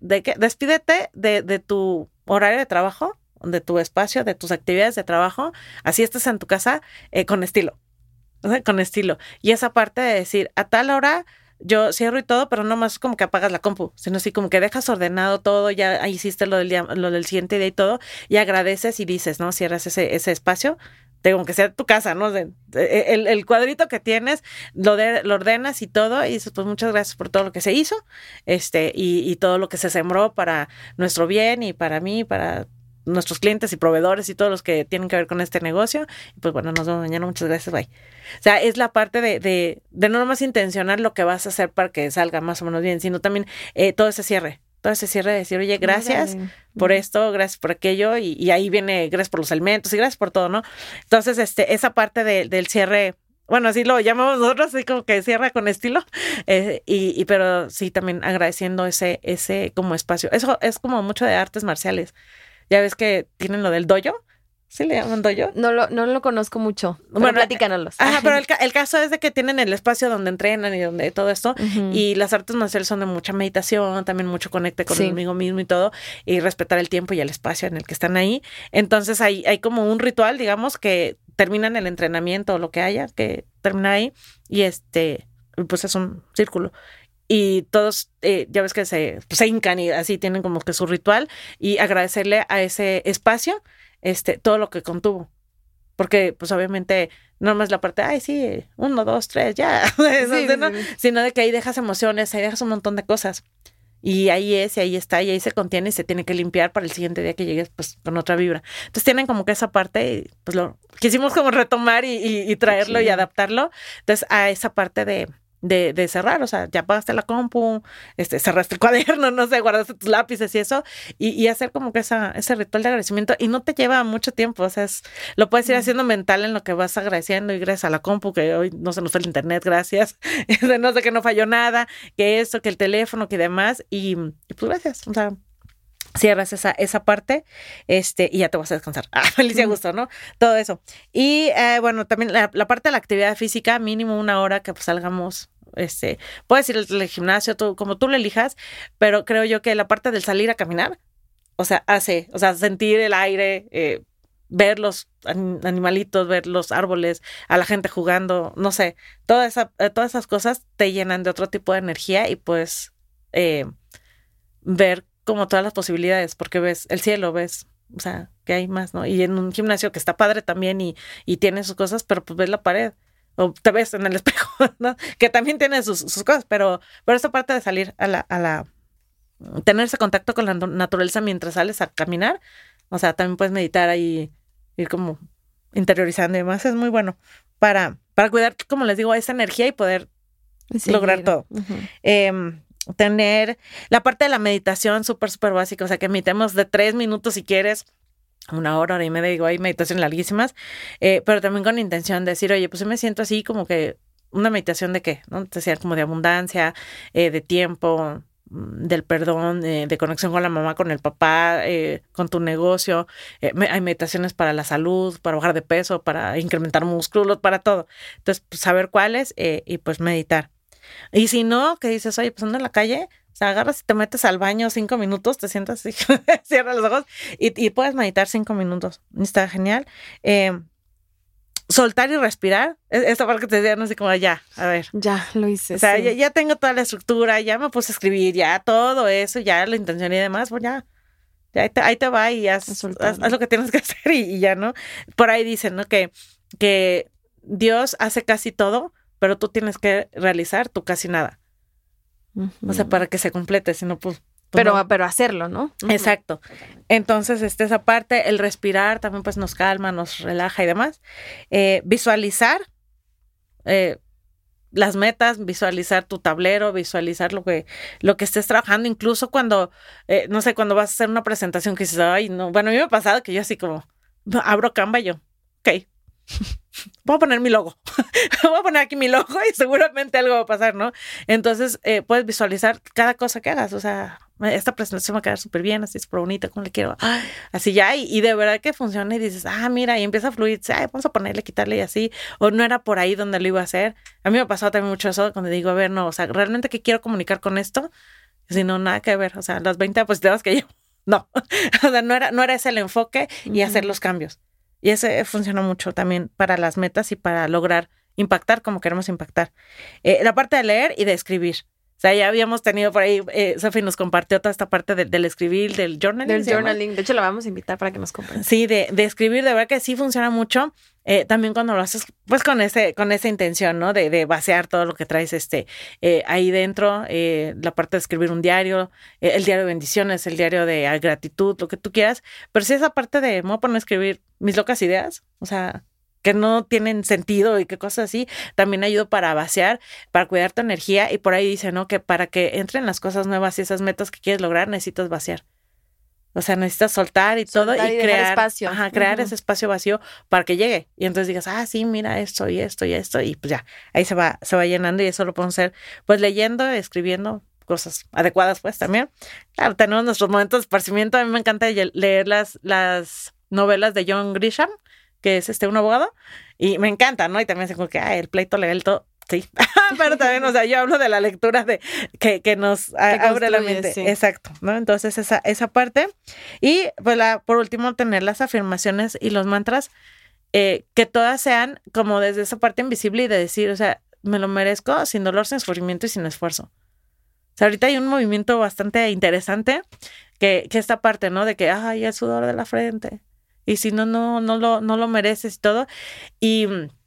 de tu horario de trabajo, de tu espacio, de tus actividades de trabajo, así estés en tu casa, con estilo. O sea, con estilo. Y esa parte de decir, a tal hora yo cierro y todo, pero no más como que apagas la compu, sino así como que dejas ordenado todo, ya hiciste lo del día, lo del siguiente día y todo, y agradeces y dices, ¿no? Cierras ese espacio, tengo que ser tu casa, ¿no? El cuadrito que tienes, lo ordenas y todo, y dices, pues muchas gracias por todo lo que se hizo, y todo lo que se sembró para nuestro bien y para mí, para nuestros clientes y proveedores y todos los que tienen que ver con este negocio. Y pues bueno, nos vemos mañana. Muchas gracias. Bye. O sea, es la parte de no nomás intencionar lo que vas a hacer para que salga más o menos bien, sino también todo ese cierre de decir, oye, gracias por esto, gracias por aquello, y ahí viene, gracias por los alimentos y gracias por todo, ¿no? Entonces, esa parte del cierre, bueno, así lo llamamos nosotros, así como que cierra con estilo, pero sí también agradeciendo ese como espacio. Eso es como mucho de artes marciales. Ya ves que tienen lo del dojo. ¿Sí le llaman dojo? No lo conozco mucho. Bueno, platícanos. Ajá, pero el caso es de que tienen el espacio donde entrenan y donde todo esto. Uh-huh. Y las artes marciales son de mucha meditación, también mucho conecte conmigo mismo y todo. Y respetar el tiempo y el espacio en el que están ahí. Entonces hay como un ritual, digamos, que terminan el entrenamiento o lo que haya, que termina ahí. Y pues es un círculo. Y todos, ya ves que se hincan y así tienen como que su ritual y agradecerle a ese espacio todo lo que contuvo. Porque, pues, obviamente, no más la parte, ay, sí, 1, 2, 3, ya. ¿No? Sino de que ahí dejas emociones, ahí dejas un montón de cosas. Y ahí está, y ahí se contiene y se tiene que limpiar para el siguiente día que llegues, pues, con otra vibra. Entonces, tienen como que esa parte, pues, lo quisimos como retomar y traerlo y adaptarlo. Entonces, a esa parte de cerrar, o sea, ya pagaste la compu, cerraste el cuaderno, no sé, guardaste tus lápices y eso, y hacer como que ese ritual de agradecimiento, y no te lleva mucho tiempo, o sea, lo puedes ir haciendo mental en lo que vas agradeciendo, y gracias a la compu, que hoy no se nos fue el internet, gracias, no sé, que no falló nada, que eso, que el teléfono, que demás, y pues gracias, o sea, cierras esa parte, y ya te vas a descansar. Feliz y a gusto, ¿no? Todo eso. Y bueno, también la parte de la actividad física, mínimo 1 hora que pues salgamos, puedes ir al gimnasio, como tú lo elijas, pero creo yo que la parte del salir a caminar, o sea, sentir el aire, ver los animalitos, ver los árboles, a la gente jugando, no sé, todas esas cosas te llenan de otro tipo de energía y pues ver como todas las posibilidades, porque ves el cielo, ves, o sea, que hay más, ¿no? Y en un gimnasio que está padre también y tiene sus cosas, pero pues ves la pared. o te ves en el espejo, ¿no? Que también tiene sus cosas, pero esta parte de salir tener ese contacto con la naturaleza mientras sales a caminar, o sea, también puedes meditar ahí, ir como interiorizando y demás, es muy bueno para cuidar, como les digo, esa energía y poder lograr todo. Tener la parte de la meditación súper, súper básica, o sea, que meditemos de 3 minutos si quieres, 1 hora, hora y media, digo, hay meditaciones larguísimas, pero también con intención de decir, oye, pues yo me siento así como que una meditación de qué, ¿no? Decía como de abundancia, de tiempo, del perdón, de conexión con la mamá, con el papá, con tu negocio. Hay meditaciones para la salud, para bajar de peso, para incrementar músculos, para todo. Entonces, pues, saber cuáles y pues meditar. Y si no, que dices, oye, pues ando en la calle, o sea, agarras y te metes al baño 5 minutos, te sientas así, cierras los ojos y puedes meditar 5 minutos. Está genial. Soltar y respirar. Esta parte que te decía, no sé cómo, ya, a ver. Ya lo hice. O sea, sí. ya tengo toda la estructura, ya me puse a escribir, ya todo eso, ya la intención y demás, pues ya ahí te va y haz lo que tienes que hacer y ya, ¿no? Por ahí dicen, ¿no? Que Dios hace casi todo, pero tú tienes que realizar tú casi nada. O sea, para que se complete, si no, pues pero no. Pero hacerlo, ¿no? Exacto. Entonces, esa parte, el respirar también pues nos calma, nos relaja y demás. Visualizar las metas, visualizar tu tablero, visualizar lo que estés trabajando, incluso cuando, no sé, cuando vas a hacer una presentación que dices, ay, no, bueno, a mí me ha pasado que yo así como, abro Canva y yo, ok, voy a poner mi logo, voy a poner aquí mi logo y seguramente algo va a pasar, ¿no? Entonces, puedes visualizar cada cosa que hagas, o sea, esta presentación va a quedar súper bien, así súper bonita, como le quiero, así ya, y de verdad que funciona y dices, mira, y empieza a fluir, vamos a ponerle, quitarle y así, o no era por ahí donde lo iba a hacer. A mí me ha pasado también mucho eso, cuando digo, a ver, no, o sea, ¿realmente qué quiero comunicar con esto? Si no, nada que ver, o sea, las 20 diapositivas que llevo, no, o sea, no era ese el enfoque y hacer los cambios. Y ese funciona mucho también para las metas y para lograr impactar como queremos impactar. La parte de leer y de escribir. O sea, ya habíamos tenido por ahí, Sofi nos compartió toda esta parte del escribir, del journaling. Del journaling. De hecho, la vamos a invitar para que nos compartan. Sí, de escribir, de verdad que sí funciona mucho. También cuando lo haces, pues con esa intención, ¿no? De vaciar todo lo que traes ahí dentro. La parte de escribir un diario, el diario de bendiciones, el diario de gratitud, lo que tú quieras. Pero sí esa parte de, me voy a poner a escribir mis locas ideas, o sea, que no tienen sentido y qué cosas así, también ayuda para vaciar, para cuidar tu energía. Y por ahí dice, ¿no? Que para que entren las cosas nuevas y esas metas que quieres lograr, necesitas vaciar. O sea, necesitas soltar y todo y crear espacio. Crear ese espacio vacío para que llegue. Y entonces digas, sí, mira esto y esto y esto. Y pues ya, ahí se va llenando y eso lo podemos hacer pues leyendo, escribiendo cosas adecuadas pues también. Claro, tenemos nuestros momentos de esparcimiento. A mí me encanta leer las novelas de John Grisham, que es un abogado, y me encanta, ¿no? Y también es como que, el pleito legal, todo, sí. Pero también, o sea, yo hablo de la lectura que nos abre la mente. Sí. Exacto, ¿no? Entonces, esa parte. Y, pues, por último, tener las afirmaciones y los mantras, que todas sean como desde esa parte invisible y de decir, o sea, me lo merezco sin dolor, sin sufrimiento y sin esfuerzo. O sea, ahorita hay un movimiento bastante interesante que esta parte, ¿no? De que, el sudor de la frente. Y si no lo mereces y todo. Y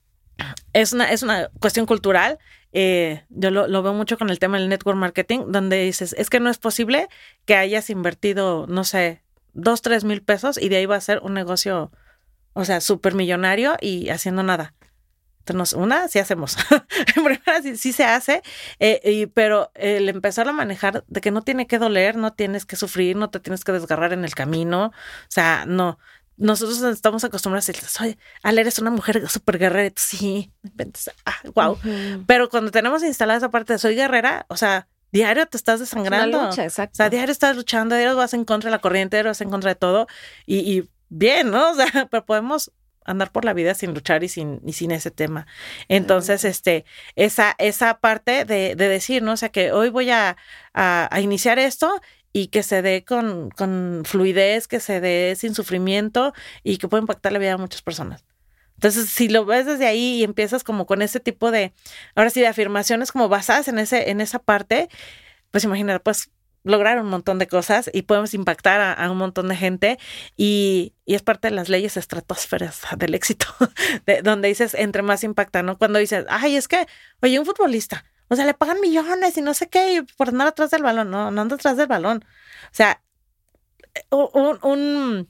es una cuestión cultural. Yo lo veo mucho con el tema del network marketing, donde dices, es que no es posible que hayas invertido, no sé, 2-3 mil pesos y de ahí va a ser un negocio, o sea, súper millonario y haciendo nada. Entonces, sí hacemos. En primera sí se hace, pero el empezar a manejar de que no tiene que doler, no tienes que sufrir, no te tienes que desgarrar en el camino. O sea, no. Nosotros estamos acostumbrados a decir, oye, Ale, eres una mujer súper guerrera. Sí, wow. Uh-huh. Pero cuando tenemos instalada esa parte de soy guerrera, o sea, diario te estás desangrando. Es una lucha, exacto. O sea, diario estás luchando, diario vas en contra de la corriente, diario vas en contra de todo. Y bien, ¿no? O sea, pero podemos andar por la vida sin luchar y sin ese tema. Entonces, esa parte de decir, ¿no? O sea, que hoy voy a iniciar esto y que se dé con fluidez, que se dé sin sufrimiento y que pueda impactar la vida de muchas personas. Entonces, si lo ves desde ahí y empiezas como con ese tipo de, ahora sí, de afirmaciones como basadas en esa parte, pues imagínate, pues lograr un montón de cosas y podemos impactar a un montón de gente y es parte de las leyes estratosferas del éxito, donde dices, entre más impacta, ¿no? Cuando dices, ay, es que, oye, un futbolista, o sea, le pagan millones y no sé qué, y por andar atrás del balón, no anda atrás del balón. O sea, un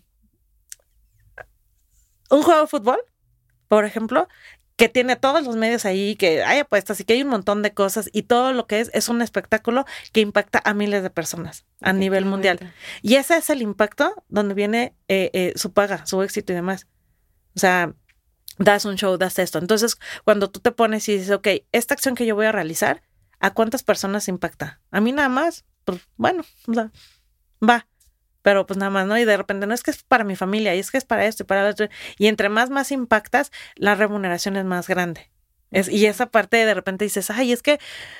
juego de fútbol, por ejemplo, que tiene todos los medios ahí, que hay apuestas y que hay un montón de cosas y todo lo que es un espectáculo que impacta a miles de personas a nivel mundial. Y ese es el impacto donde viene su paga, su éxito y demás. O sea, das un show, das esto. Entonces, cuando tú te pones y dices, ok, esta acción que yo voy a realizar, ¿a cuántas personas impacta? A mí nada más, pues bueno, o sea, va. Pero pues nada más, ¿no? Y de repente, no es que es para mi familia, y es que es para esto y para lo otro. Y entre más impactas, la remuneración es más grande. Y esa parte de repente dices, ay, es que,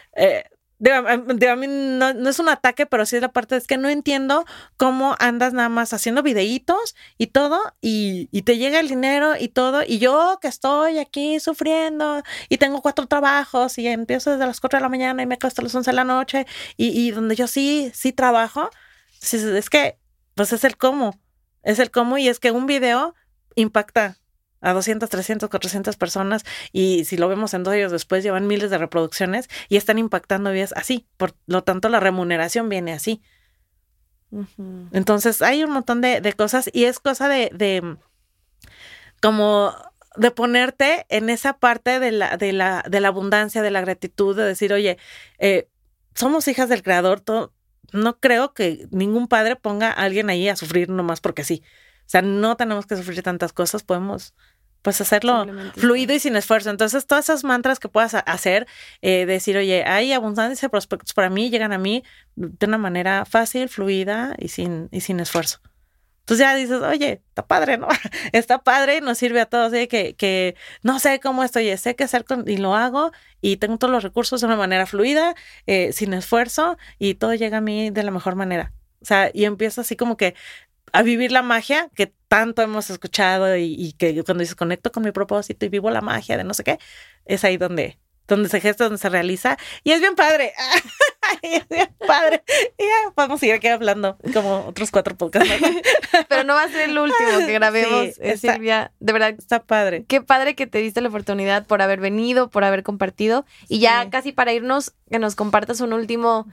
a mí no es un ataque, pero sí es la parte, es que no entiendo cómo andas nada más haciendo videitos y todo, y te llega el dinero y todo, y yo que estoy aquí sufriendo, y tengo 4 trabajos, y empiezo desde las 4 de la mañana y me acuesto a las 11 de la noche, y donde yo sí trabajo, es que pues es el cómo, y es que un video impacta a 200, 300, 400 personas y si lo vemos en 2 años después llevan miles de reproducciones y están impactando vidas así, por lo tanto la remuneración viene así. Uh-huh. Entonces hay un montón de cosas y es cosa de como de ponerte en esa parte de la abundancia, de la gratitud, de decir, oye, somos hijas del Creador, no creo que ningún padre ponga a alguien ahí a sufrir nomás porque sí. O sea, no tenemos que sufrir tantas cosas, podemos pues hacerlo fluido y sin esfuerzo. Entonces, todas esas mantras que puedas hacer, decir, oye, hay abundancia de prospectos para mí, llegan a mí de una manera fácil, fluida y sin esfuerzo. Entonces ya dices, oye, está padre, ¿no? Está padre y nos sirve a todos, que no sé cómo estoy, sé qué hacer y lo hago y tengo todos los recursos de una manera fluida, sin esfuerzo y todo llega a mí de la mejor manera. O sea, y empiezo así como que a vivir la magia que tanto hemos escuchado y que cuando dices conecto con mi propósito y vivo la magia de no sé qué, es ahí donde se gesta, donde se realiza y es bien padre. Es bien padre. Y ya podemos seguir aquí hablando como otros 4 podcasts. Pero no va a ser el último que grabemos, sí, Silvia. De verdad. Está padre. Qué padre que te diste la oportunidad por haber venido, por haber compartido. Y ya casi para irnos, que nos compartas un último,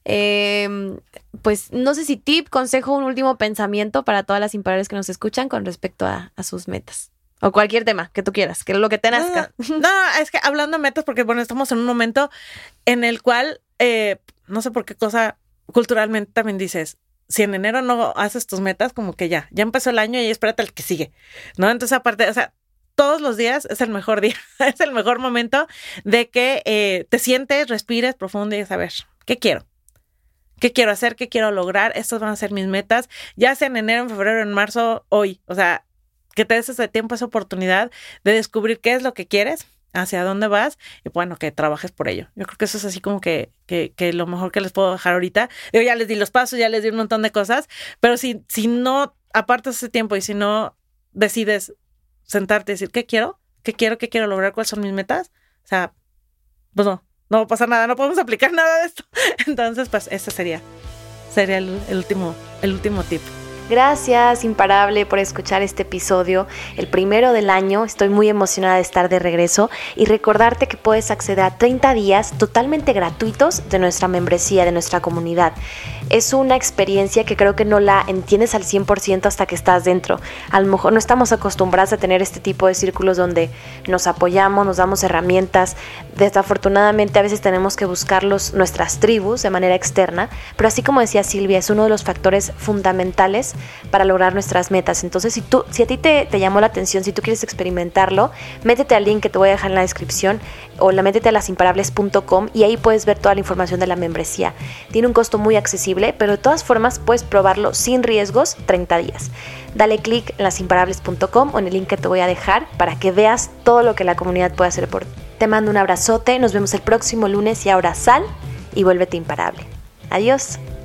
pues no sé si tip, consejo, un último pensamiento para todas las imparables que nos escuchan con respecto a sus metas. O cualquier tema que tú quieras, que es lo que te nazca. No, es que hablando de metas, porque bueno, estamos en un momento en el cual, no sé por qué cosa, culturalmente también dices, si en enero no haces tus metas, como que ya empezó el año y espérate al que sigue, ¿no? Entonces aparte, o sea, todos los días es el mejor día, es el mejor momento de que te sientes, respires profundo y a ver, ¿qué quiero? ¿Qué quiero hacer? ¿Qué quiero lograr? Estas van a ser mis metas, ya sea en enero, en febrero, en marzo, hoy, o sea, que te des ese tiempo, esa oportunidad de descubrir qué es lo que quieres, hacia dónde vas y bueno, que trabajes por ello. Yo creo que eso es así como que lo mejor que les puedo dejar ahorita. Yo ya les di los pasos, ya les di un montón de cosas, pero si no apartas ese tiempo y si no decides sentarte y decir ¿qué quiero lograr? ¿Cuáles son mis metas? O sea, pues no va a pasar nada, no podemos aplicar nada de esto. Entonces, pues ese sería el último tip. Gracias, Imparable, por escuchar este episodio, el primero del año. Estoy muy emocionada de estar de regreso y recordarte que puedes acceder a 30 días totalmente gratuitos de nuestra membresía, de nuestra comunidad. Es una experiencia que creo que no la entiendes al 100% hasta que estás dentro. A lo mejor no estamos acostumbrados a tener este tipo de círculos donde nos apoyamos, nos damos herramientas. Desafortunadamente a veces tenemos que buscar nuestras tribus de manera externa, pero así como decía Silvia, es uno de los factores fundamentales para lograr nuestras metas. Entonces, si a ti te llamó la atención, si tú quieres experimentarlo, métete al link que te voy a dejar en la descripción o métete a lasimparables.com y ahí puedes ver toda la información de la membresía. Tiene un costo muy accesible, pero de todas formas puedes probarlo sin riesgos 30 días. Dale click en lasimparables.com o en el link que te voy a dejar para que veas todo lo que la comunidad puede hacer por ti. Te mando un abrazote, nos vemos el próximo lunes y ahora sal y vuélvete imparable. Adiós.